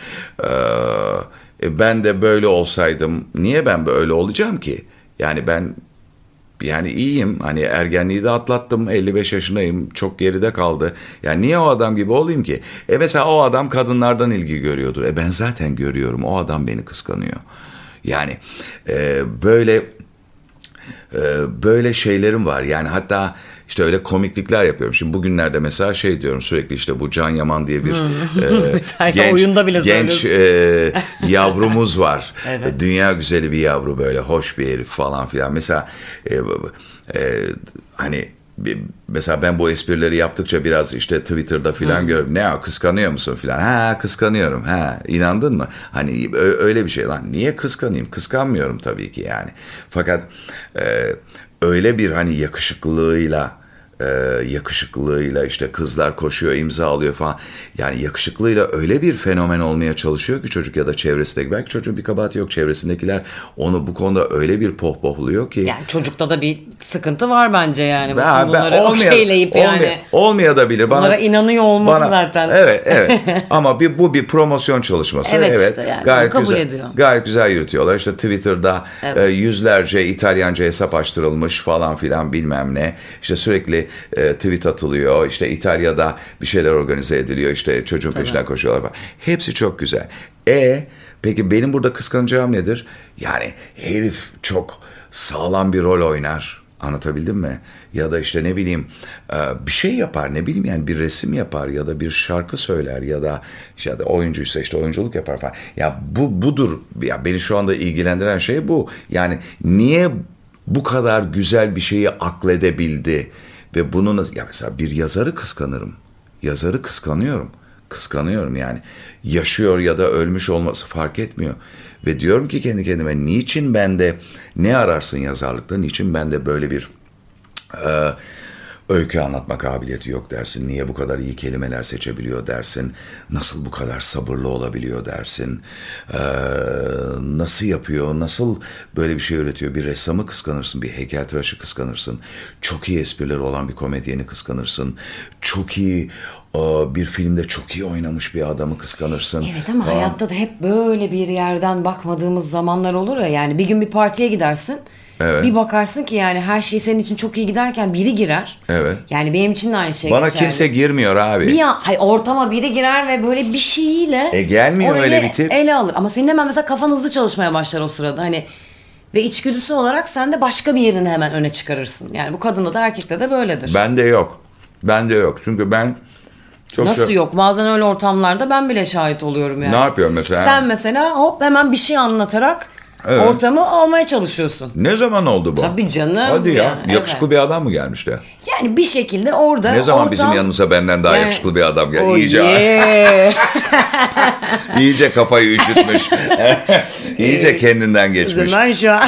Ee, ben de böyle olsaydım niye ben böyle olacağım ki? Yani ben yani iyiyim. Hani ergenliği de atlattım. elli beş yaşındayım. Çok geride kaldı. Yani niye o adam gibi olayım ki? E mesela o adam kadınlardan ilgi görüyordur. E ben zaten görüyorum. O adam beni kıskanıyor. Yani e, böyle böyle şeylerim var. Yani hatta işte öyle komiklikler yapıyorum. Şimdi bugünlerde mesela şey diyorum sürekli işte bu Can Yaman diye bir e, genç, oyunda bile genç e, yavrumuz var. Evet. Dünya güzeli bir yavru böyle hoş bir herif falan filan. Mesela e, e, hani mesela ben bu esprileri yaptıkça biraz işte Twitter'da filan hmm. görüyorum. Ne ya kıskanıyor musun filan? Ha kıskanıyorum. Ha inandın mı? Hani öyle bir şey lan. Niye kıskanayım? Kıskanmıyorum tabii ki yani. Fakat e, öyle bir hani yakışıklılığıyla e, yakışıklılığıyla işte kızlar koşuyor, imza alıyor falan. Yani yakışıklılığıyla öyle bir fenomen olmaya çalışıyor ki çocuk ya da çevresindeki, belki çocuğun bir kabahati yok, çevresindekiler onu bu konuda öyle bir pohpohluyor ki. Yani çocukta da bir sıkıntı var bence yani. Ben, Bütün bunları olmaya, okeyleyip olmaya, yani. Olmaya da bilir. Bunlara bana, inanıyor olması bana, zaten. Evet evet ama bir, bu bir promosyon çalışması. Evet, evet işte yani gayet kabul güzel, ediyor. Gayet güzel yürütüyorlar. İşte Twitter'da evet. e, yüzlerce İtalyanca hesap açtırılmış falan filan bilmem ne. İşte sürekli e, tweet atılıyor. İşte İtalya'da bir şeyler organize ediliyor. İşte çocuğun Tabii. peşinden koşuyorlar falan. Hepsi çok güzel. E peki benim burada kıskanacağım nedir? Yani herif çok sağlam bir rol oynar. Anlatabildim mi? Ya da işte ne bileyim bir şey yapar, ne bileyim yani bir resim yapar ya da bir şarkı söyler ya da ya da oyuncuysa işte oyunculuk yapar falan. Ya bu budur. Ya beni şu anda ilgilendiren şey bu. Yani niye bu kadar güzel bir şeyi akledebildi ve bunu nasıl, ya mesela bir yazarı kıskanırım. Yazarı kıskanıyorum. Kıskanıyorum yani. Yaşıyor ya da ölmüş olması fark etmiyor. Ve diyorum ki kendi kendime, niçin bende, ne ararsın yazarlıkta, niçin bende böyle bir e, öykü anlatma kabiliyeti yok dersin. Niye bu kadar iyi kelimeler seçebiliyor dersin. Nasıl bu kadar sabırlı olabiliyor dersin. E, nasıl yapıyor, nasıl böyle bir şey üretiyor. Bir ressamı kıskanırsın, bir heykeltıraşı kıskanırsın. Çok iyi esprileri olan bir komedyeni kıskanırsın. Çok iyi bir filmde çok iyi oynamış bir adamı kıskanırsın. Evet ama Aa. hayatta da hep böyle bir yerden bakmadığımız zamanlar olur ya. Yani bir gün bir partiye gidersin. Evet. Bir bakarsın ki yani her şey senin için çok iyi giderken biri girer. Evet. Yani benim için de aynı şey Bana geçerli. kimse girmiyor abi. Bir an, hayır, ortama biri girer ve böyle bir şeyiyle e gelmiyor öyle bir tip. ele alır. Ama senin hemen mesela kafan hızlı çalışmaya başlar o sırada. Hani ve içgüdüsü olarak sen de başka bir yerini hemen öne çıkarırsın. Yani bu kadında da erkekte de böyledir. Bende yok. Bende yok. Çünkü ben çok Nasıl çok... yok? Bazen öyle ortamlarda ben bile şahit oluyorum yani. Ne yapıyorum mesela? Sen mesela hop hemen bir şey anlatarak evet. ortamı almaya çalışıyorsun. Ne zaman oldu bu? Tabii canım. Hadi ya. ya. Yakışıklı evet. bir adam mı gelmişti? Yani bir şekilde orada ne zaman ortam... bizim yanımıza benden daha yani... yakışıklı bir adam geldi? Oh İyice. Yeah. İyice kafayı üşütmüş. İyice kendinden geçmiş. Zaman şu an.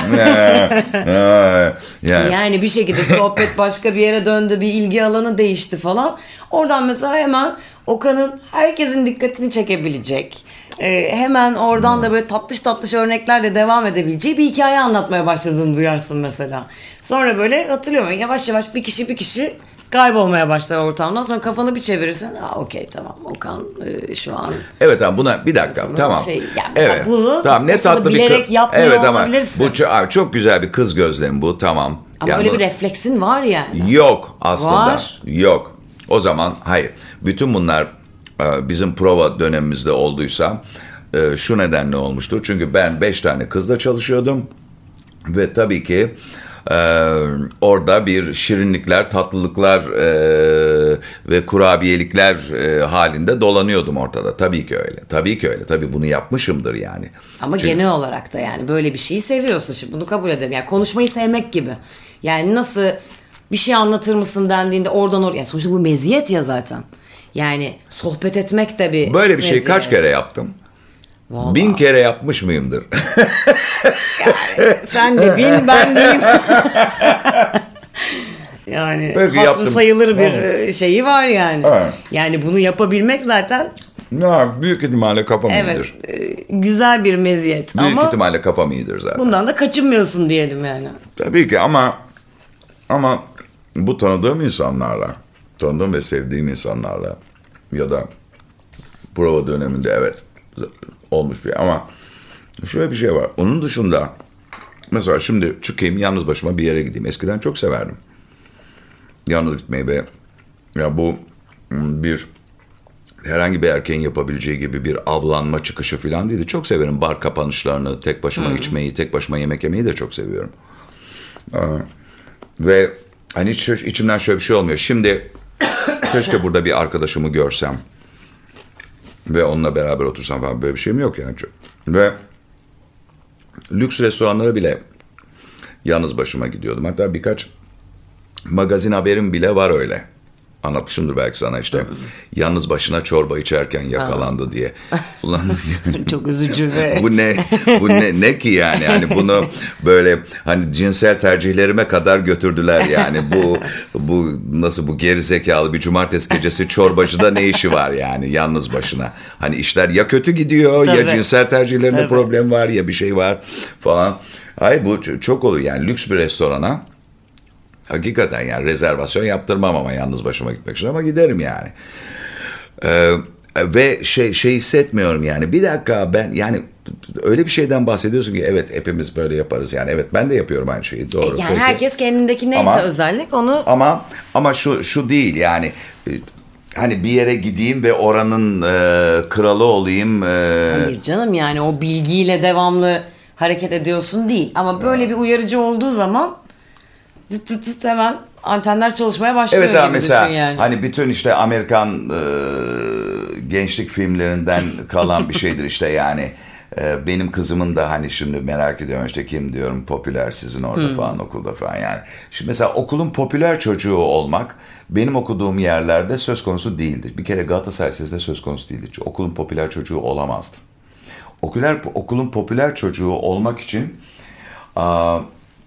yani. yani bir şekilde sohbet başka bir yere döndü. Bir ilgi alanı değişti falan. Oradan mesela hemen Okan'ın herkesin dikkatini çekebilecek. Ee, hemen oradan da böyle tatlış tatlış örneklerle devam edebileceği bir hikaye anlatmaya başladığını duyarsın mesela. Sonra böyle hatırlıyorum yavaş yavaş bir kişi bir kişi kaybolmaya başlar ortamdan. Sonra kafanı bir çevirirsen aa okey tamam Okan e, şu an. Evet tamam buna bir dakika tamam. Şey, yani evet. Bunu tamam, ne tatlı bilerek bir kız. yapmıyor evet, ama olabilirsin. Bu çok, abi, çok güzel bir kız gözlemi bu tamam. Ama yani öyle bu... bir refleksin var yani. Yok aslında. Var. Yok. O zaman hayır. Bütün bunlar bizim prova dönemimizde olduysa şu nedenle olmuştur. Çünkü ben beş tane kızla çalışıyordum ve tabii ki e, orada bir şirinlikler, tatlılıklar e, ve kurabiyelikler e, halinde dolanıyordum ortada. Tabii ki öyle. Tabii ki öyle. Tabii bunu yapmışımdır yani. Ama Çünkü... genel olarak da yani böyle bir şeyi seviyorsun. Şimdi bunu kabul ederim. Yani konuşmayı sevmek gibi. Yani nasıl bir şey anlatır mısın dendiğinde oradan oraya. Yani sonuçta bu meziyet ya zaten. Yani sohbet etmek de bir böyle bir meziyet. şey kaç kere yaptım? Vallahi. Bin kere yapmış mıyımdır? Yani sen de bin ben diyeyim. Yani Peki, hatırı yaptım. sayılır bir evet. şeyi var yani. Evet. Yani bunu yapabilmek zaten. Ya, büyük ihtimalle kafam evet, iyidir. E, güzel bir meziyet. Büyük ama ihtimalle kafam iyidir zaten. Bundan da kaçınmıyorsun diyelim yani. Tabii ki ama ama bu tanıdığım insanlarla, tanıdığım ve sevdiğim insanlarla ya da prova döneminde evet olmuş bir ama şöyle bir şey var. Onun dışında mesela şimdi çıkayım yalnız başıma bir yere gideyim. Eskiden çok severdim. Yalnız gitmeyi ve ya bu bir herhangi bir erkeğin yapabileceği gibi bir avlanma çıkışı falan değildi. Çok severim bar kapanışlarını, tek başıma hmm. içmeyi, tek başıma yemek yemeyi de çok seviyorum. Ee, ve hani hiç içimden şöyle bir şey olmuyor. Şimdi keşke burada bir arkadaşımı görsem ve onunla beraber otursam falan, böyle bir şeyim yok yani. Ve lüks restoranlara bile yalnız başıma gidiyordum. Hatta birkaç magazin haberim bile var öyle. Anlatmışımdır belki sana işte. Yalnız başına çorba içerken yakalandı ha. diye. Ulan çok üzücü ve bu ne bu ne ne ki yani? Yani bunu böyle hani cinsel tercihlerime kadar götürdüler yani. Bu bu nasıl bu gerizekalı bir cumartesi gecesi çorbacıda ne işi var yani yalnız başına? Hani işler ya kötü gidiyor Tabii. ya cinsel tercihlerinde Tabii. problem var ya bir şey var falan. Hayır bu çok oluyor yani lüks bir restorana. Hakikaten yani rezervasyon yaptırmam ama yalnız başıma gitmek için ama giderim yani. Ee, ve şey şey hissetmiyorum yani bir dakika ben yani öyle bir şeyden bahsediyorsun ki evet hepimiz böyle yaparız yani evet ben de yapıyorum aynı şeyi doğru. Yani peki. Herkes kendindeki neyse ama, özellik onu. Ama ama şu şu değil yani hani bir yere gideyim ve oranın e, kralı olayım. E... Hayır canım yani o bilgiyle devamlı hareket ediyorsun değil ama böyle bir uyarıcı olduğu zaman zıt zıt zıt hemen antenler çalışmaya başlıyor evet, gibi abi mesela yani. Hani bütün işte Amerikan e, gençlik filmlerinden kalan bir şeydir işte yani. E, benim kızımın da hani şimdi merak ediyorum işte kim diyorum popüler sizin orada hmm. falan okulda falan yani. Şimdi mesela okulun popüler çocuğu olmak benim okuduğum yerlerde söz konusu değildir. Bir kere Galatasaray Lisesi'nde söz konusu değildir. Çünkü okulun popüler çocuğu olamazdın. Okullar, okulun popüler çocuğu olmak için a,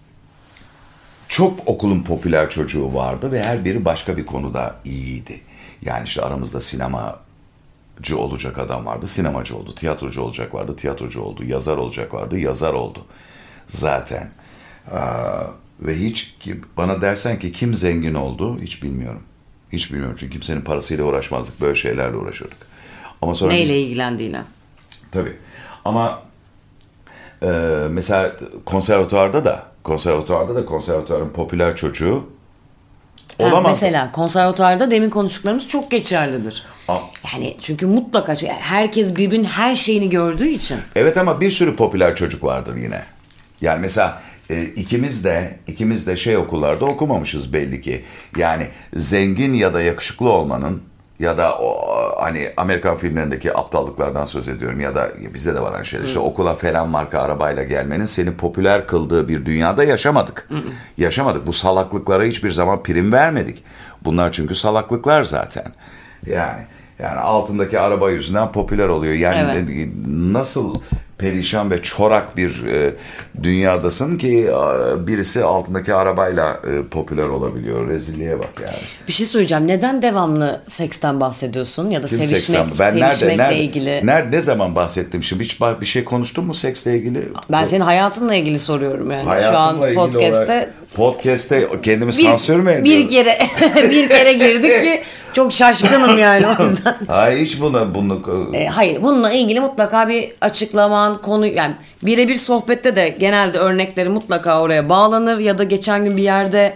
çok okulun popüler çocuğu vardı ve her biri başka bir konuda iyiydi. Yani işte aramızda sinemacı olacak adam vardı, sinemacı oldu. Tiyatrocu olacak vardı, tiyatrocu oldu. Yazar olacak vardı, yazar oldu. Zaten. Aa, ve hiç bana dersen ki kim zengin oldu hiç bilmiyorum. Hiç bilmiyorum çünkü kimsenin parasıyla uğraşmazdık. Böyle şeylerle uğraşıyorduk. Ama sonra neyle biz, ilgilendiğine. Tabii. Ama e, mesela konservatuvarda da konservatuvarda da konservatuvarın popüler çocuğu olamaz. Ha, mesela konservatuvarda demin konuştuklarımız çok geçerlidir. Aa. Yani çünkü mutlaka herkes birbirinin her şeyini gördüğü için. Evet ama bir sürü popüler çocuk vardır yine. Yani mesela e, ikimiz de ikimiz de şey okullarda okumamışız belli ki. Yani zengin ya da yakışıklı olmanın ya da o, hani Amerikan filmlerindeki aptallıklardan söz ediyorum ya da bizde de var aynı şey. İşte okula falan marka arabayla gelmenin seni popüler kıldığı bir dünyada yaşamadık. Hı. Yaşamadık. Bu salaklıklara hiçbir zaman prim vermedik. Bunlar çünkü salaklıklar zaten. Yani yani altındaki araba yüzünden popüler oluyor. Yani evet. Nasıl perişan ve çorak bir e, dünyadasın ki e, birisi altındaki arabayla e, popüler olabiliyor. Rezilliğe bak yani. Bir şey söyleyeceğim. Neden devamlı seksten bahsediyorsun ya da Kim sevişmek, ben sevişmekle nerede, nerede, ilgili? Nerede, ne zaman bahsettim şimdi? Hiç bir şey konuştun mu seksle ilgili? Ben senin hayatınla ilgili soruyorum yani. Hayatımla şu an podcast'te. Podcast'te kendimi bir, sansür mü ediyoruz? Bir kere bir kere girdik ki çok şaşkınım yani o yüzden. Hayır hiç buna bunu. E, hayır bununla ilgili mutlaka bir açıklaman konu yani birebir sohbette de genelde örnekleri mutlaka oraya bağlanır ya da geçen gün bir yerde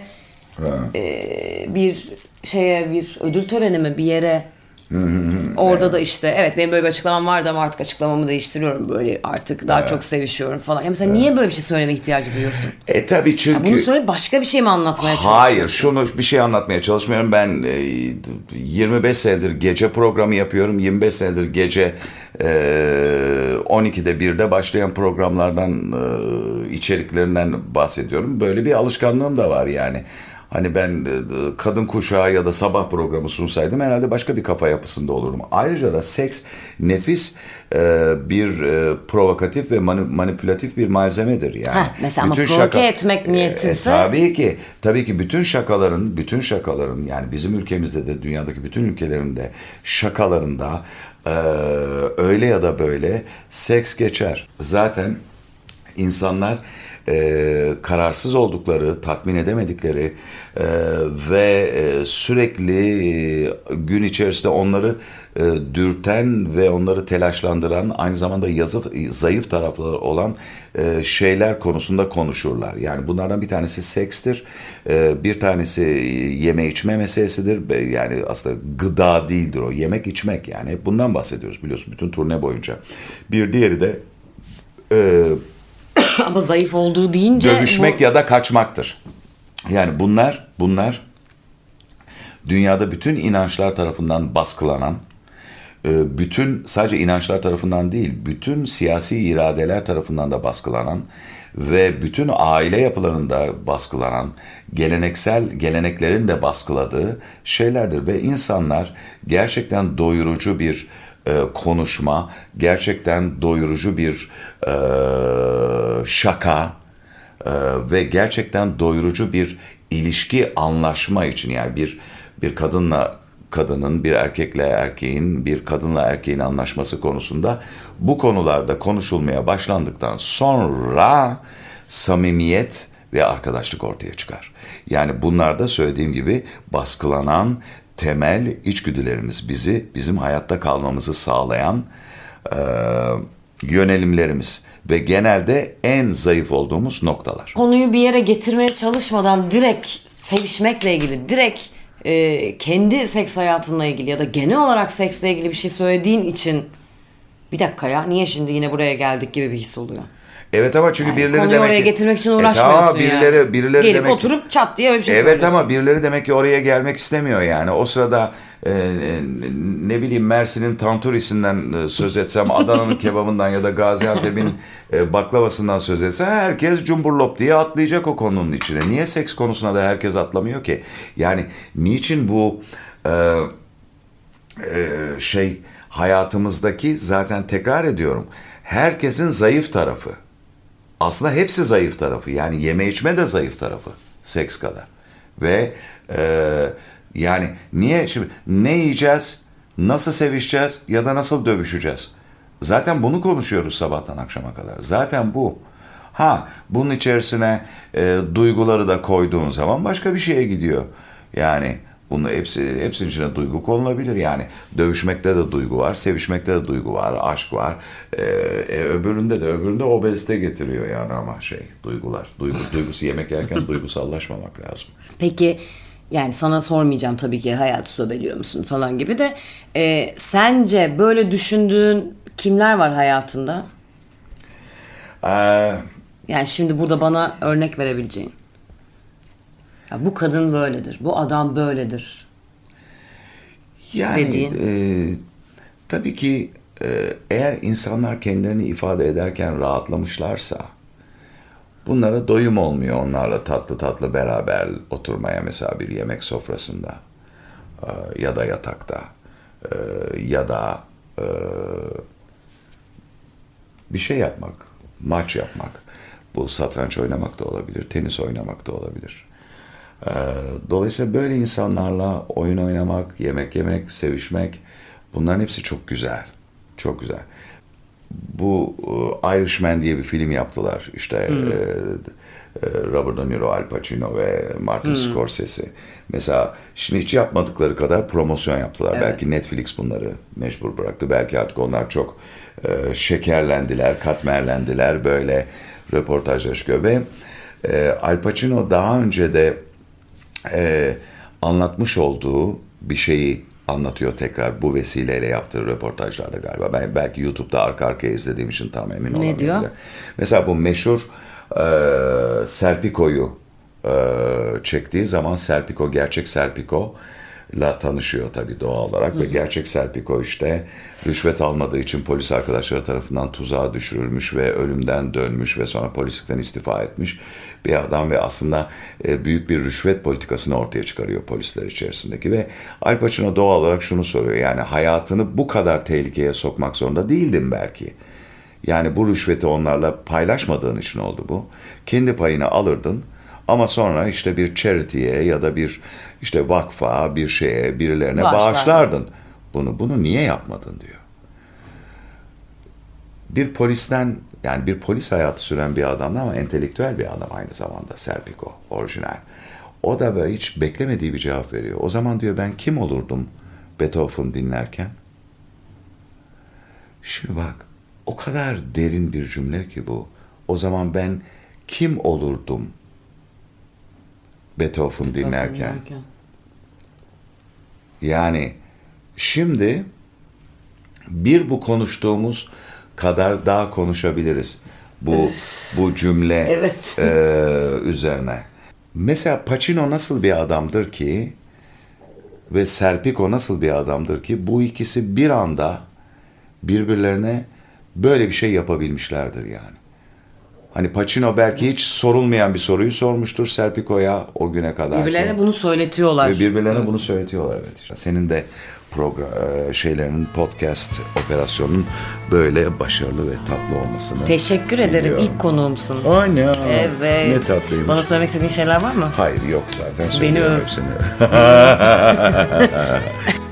e, bir şeye bir ödül töreni mi bir yere orada evet. da işte evet benim böyle bir açıklamam vardı ama artık açıklamamı değiştiriyorum böyle artık daha evet. çok sevişiyorum falan. Ya mesela evet. niye böyle bir şey söyleme ihtiyacı duyuyorsun? E tabii çünkü. Ya bunu söyle başka bir şey mi anlatmaya çalışıyorsun? Hayır şunu bir şey anlatmaya çalışmıyorum. Ben e, yirmi beş senedir gece programı yapıyorum. yirmi beş senedir gece e, on ikide birde başlayan programlardan e, içeriklerinden bahsediyorum. Böyle bir alışkanlığım da var yani. Hani ben kadın kuşağı ya da sabah programı sunsaydım herhalde başka bir kafa yapısında olurum. Ayrıca da seks nefis bir provokatif ve manipülatif bir malzemedir yani. Heh, mesela bütün ama provoke şaka, etmek niyetinse. E, tabii ki, tabii ki bütün şakaların, bütün şakaların yani bizim ülkemizde de dünyadaki bütün ülkelerinde şakalarında e, öyle ya da böyle seks geçer. Zaten insanlar Ee, kararsız oldukları, tatmin edemedikleri e, ve e, sürekli e, gün içerisinde onları e, dürten ve onları telaşlandıran aynı zamanda yazıf, zayıf tarafları olan e, şeyler konusunda konuşurlar. Yani bunlardan bir tanesi sekstir, e, bir tanesi yeme içme meselesidir. Yani aslında gıda değildir o, yemek içmek yani hep bundan bahsediyoruz biliyorsun bütün turne boyunca. Bir diğeri de e, ama zayıf olduğu deyince dövüşmek bu... ya da kaçmaktır. Yani bunlar bunlar dünyada bütün inançlar tarafından baskılanan e, bütün sadece inançlar tarafından değil, bütün siyasi iradeler tarafından da baskılanan ve bütün aile yapılarında baskılanan, geleneksel geleneklerin de baskıladığı şeylerdir. Ve insanlar gerçekten doyurucu bir e, konuşma, gerçekten doyurucu bir e, şaka e, ve gerçekten doyurucu bir ilişki, anlaşma için, yani bir bir kadınla kadının, bir erkekle erkeğin, bir kadınla erkeğin anlaşması konusunda bu konularda konuşulmaya başlandıktan sonra samimiyet ve arkadaşlık ortaya çıkar. Yani bunlarda söylediğim gibi baskılanan temel içgüdülerimiz, bizi, bizim hayatta kalmamızı sağlayan e, yönelimlerimiz ve genelde en zayıf olduğumuz noktalar. Konuyu bir yere getirmeye çalışmadan direkt sevişmekle ilgili, direkt e, kendi seks hayatınla ilgili ya da genel olarak seksle ilgili bir şey söylediğin için bir dakika ya niye şimdi yine buraya geldik gibi bir his oluyor. Evet ama çünkü yani birileri konuyu demek oraya ki, getirmek için uğraşmıyorsun e tamam, birileri, yani. Birileri Gelip demek oturup çat diye öyle bir şey evet söylüyorsun. Ama birileri demek ki oraya gelmek istemiyor yani. O sırada e, ne bileyim Mersin'in tanturisinden söz etsem, Adana'nın kebabından ya da Gaziantep'in e, baklavasından söz etsem herkes cumburlop diye atlayacak o konunun içine. Niye seks konusuna da herkes atlamıyor ki? Yani niçin bu e, e, şey hayatımızdaki, zaten tekrar ediyorum, herkesin zayıf tarafı. Aslında hepsi zayıf tarafı. Yani yeme içme de zayıf tarafı. Seks kadar. Ve e, yani niye şimdi ne yiyeceğiz, nasıl sevişeceğiz ya da nasıl dövüşeceğiz? Zaten bunu konuşuyoruz sabahtan akşama kadar. Zaten bu. Ha bunun içerisine e, duyguları da koyduğun zaman başka bir şeye gidiyor. Yani bunun hepsi, hepsinin içine duygu konulabilir. Yani dövüşmekte de duygu var, sevişmekte de duygu var, aşk var. Ee, e, öbüründe de, öbüründe obezite getiriyor yani ama şey, duygular. Duygu, duygusu yemek yerken duygusallaşmamak lazım. Peki yani sana sormayacağım tabii ki hayatı sobeliyor musun falan gibi de e, sence böyle düşündüğün kimler var hayatında? Ee, yani şimdi burada bana örnek verebileceğin. Ya bu kadın böyledir, bu adam böyledir. Yani e, tabii ki e, eğer insanlar kendilerini ifade ederken rahatlamışlarsa bunlara doyum olmuyor onlarla tatlı tatlı beraber oturmaya, mesela bir yemek sofrasında e, ya da yatakta e, ya da e, bir şey yapmak, maç yapmak. Bu satranç oynamak da olabilir, tenis oynamak da olabilir. Dolayısıyla böyle insanlarla oyun oynamak, yemek yemek, sevişmek, bunların hepsi çok güzel. Çok güzel. Bu Irishman diye bir film yaptılar. İşte hmm. e, Robert De Niro, Al Pacino ve Martin hmm. Scorsese. Mesela şimdi hiç yapmadıkları kadar promosyon yaptılar. Evet. Belki Netflix bunları mecbur bıraktı. Belki artık onlar çok e, şekerlendiler, katmerlendiler. Böyle röportajlar çıkıyor. Ve e, Al Pacino daha önce de Ee, anlatmış olduğu bir şeyi anlatıyor tekrar bu vesileyle yaptığı röportajlarda galiba. Ben belki YouTube'da arka arkaya izlediğim için tam emin olamıyorum. Ne diyor? Mesela bu meşhur e, Serpico'yu e, çektiği zaman Serpico, gerçek Serpico la tanışıyor tabii doğal olarak. Hı hı. Ve gerçek Serpico işte rüşvet almadığı için polis arkadaşları tarafından tuzağa düşürülmüş ve ölümden dönmüş ve sonra polislikten istifa etmiş bir adam ve aslında e, büyük bir rüşvet politikasını ortaya çıkarıyor polisler içerisindeki. Ve Al Pacino doğal olarak şunu soruyor, yani hayatını bu kadar tehlikeye sokmak zorunda değildin belki. Yani bu rüşveti onlarla paylaşmadığın için oldu bu. Kendi payını alırdın. Ama sonra işte bir charity'ye ya da bir işte vakfa, bir şeye, birilerine Bağışlar. bağışlardın. Bunu bunu niye yapmadın diyor. Bir polisten, yani bir polis hayatı süren bir adam ama entelektüel bir adam aynı zamanda, Serpico, orijinal. O da böyle hiç beklemediği bir cevap veriyor. O zaman diyor ben kim olurdum Beethoven dinlerken? Şimdi bak, o kadar derin bir cümle ki bu. O zaman ben kim olurdum Beethoven dinlerken? dinlerken. Yani şimdi bir bu konuştuğumuz kadar daha konuşabiliriz bu bu cümle evet. e, üzerine. Mesela Pacino nasıl bir adamdır ki ve Serpiko nasıl bir adamdır ki bu ikisi bir anda birbirlerine böyle bir şey yapabilmişlerdir yani. Hani Pacino belki hiç sorulmayan bir soruyu sormuştur Serpiko'ya o güne kadar. Birbirlerine bunu söyletiyorlar. Ve birbirlerine bunu söyletiyorlar, evet. Senin de program şeylerin, podcast operasyonun böyle başarılı ve tatlı olmasını Teşekkür ederim. diliyorum. İlk konuğumsun. Aynen. Evet. Ne tatlıymış. Bana söylemek istediğin şeyler var mı? Hayır, yok zaten. Beni öv. Hepsini.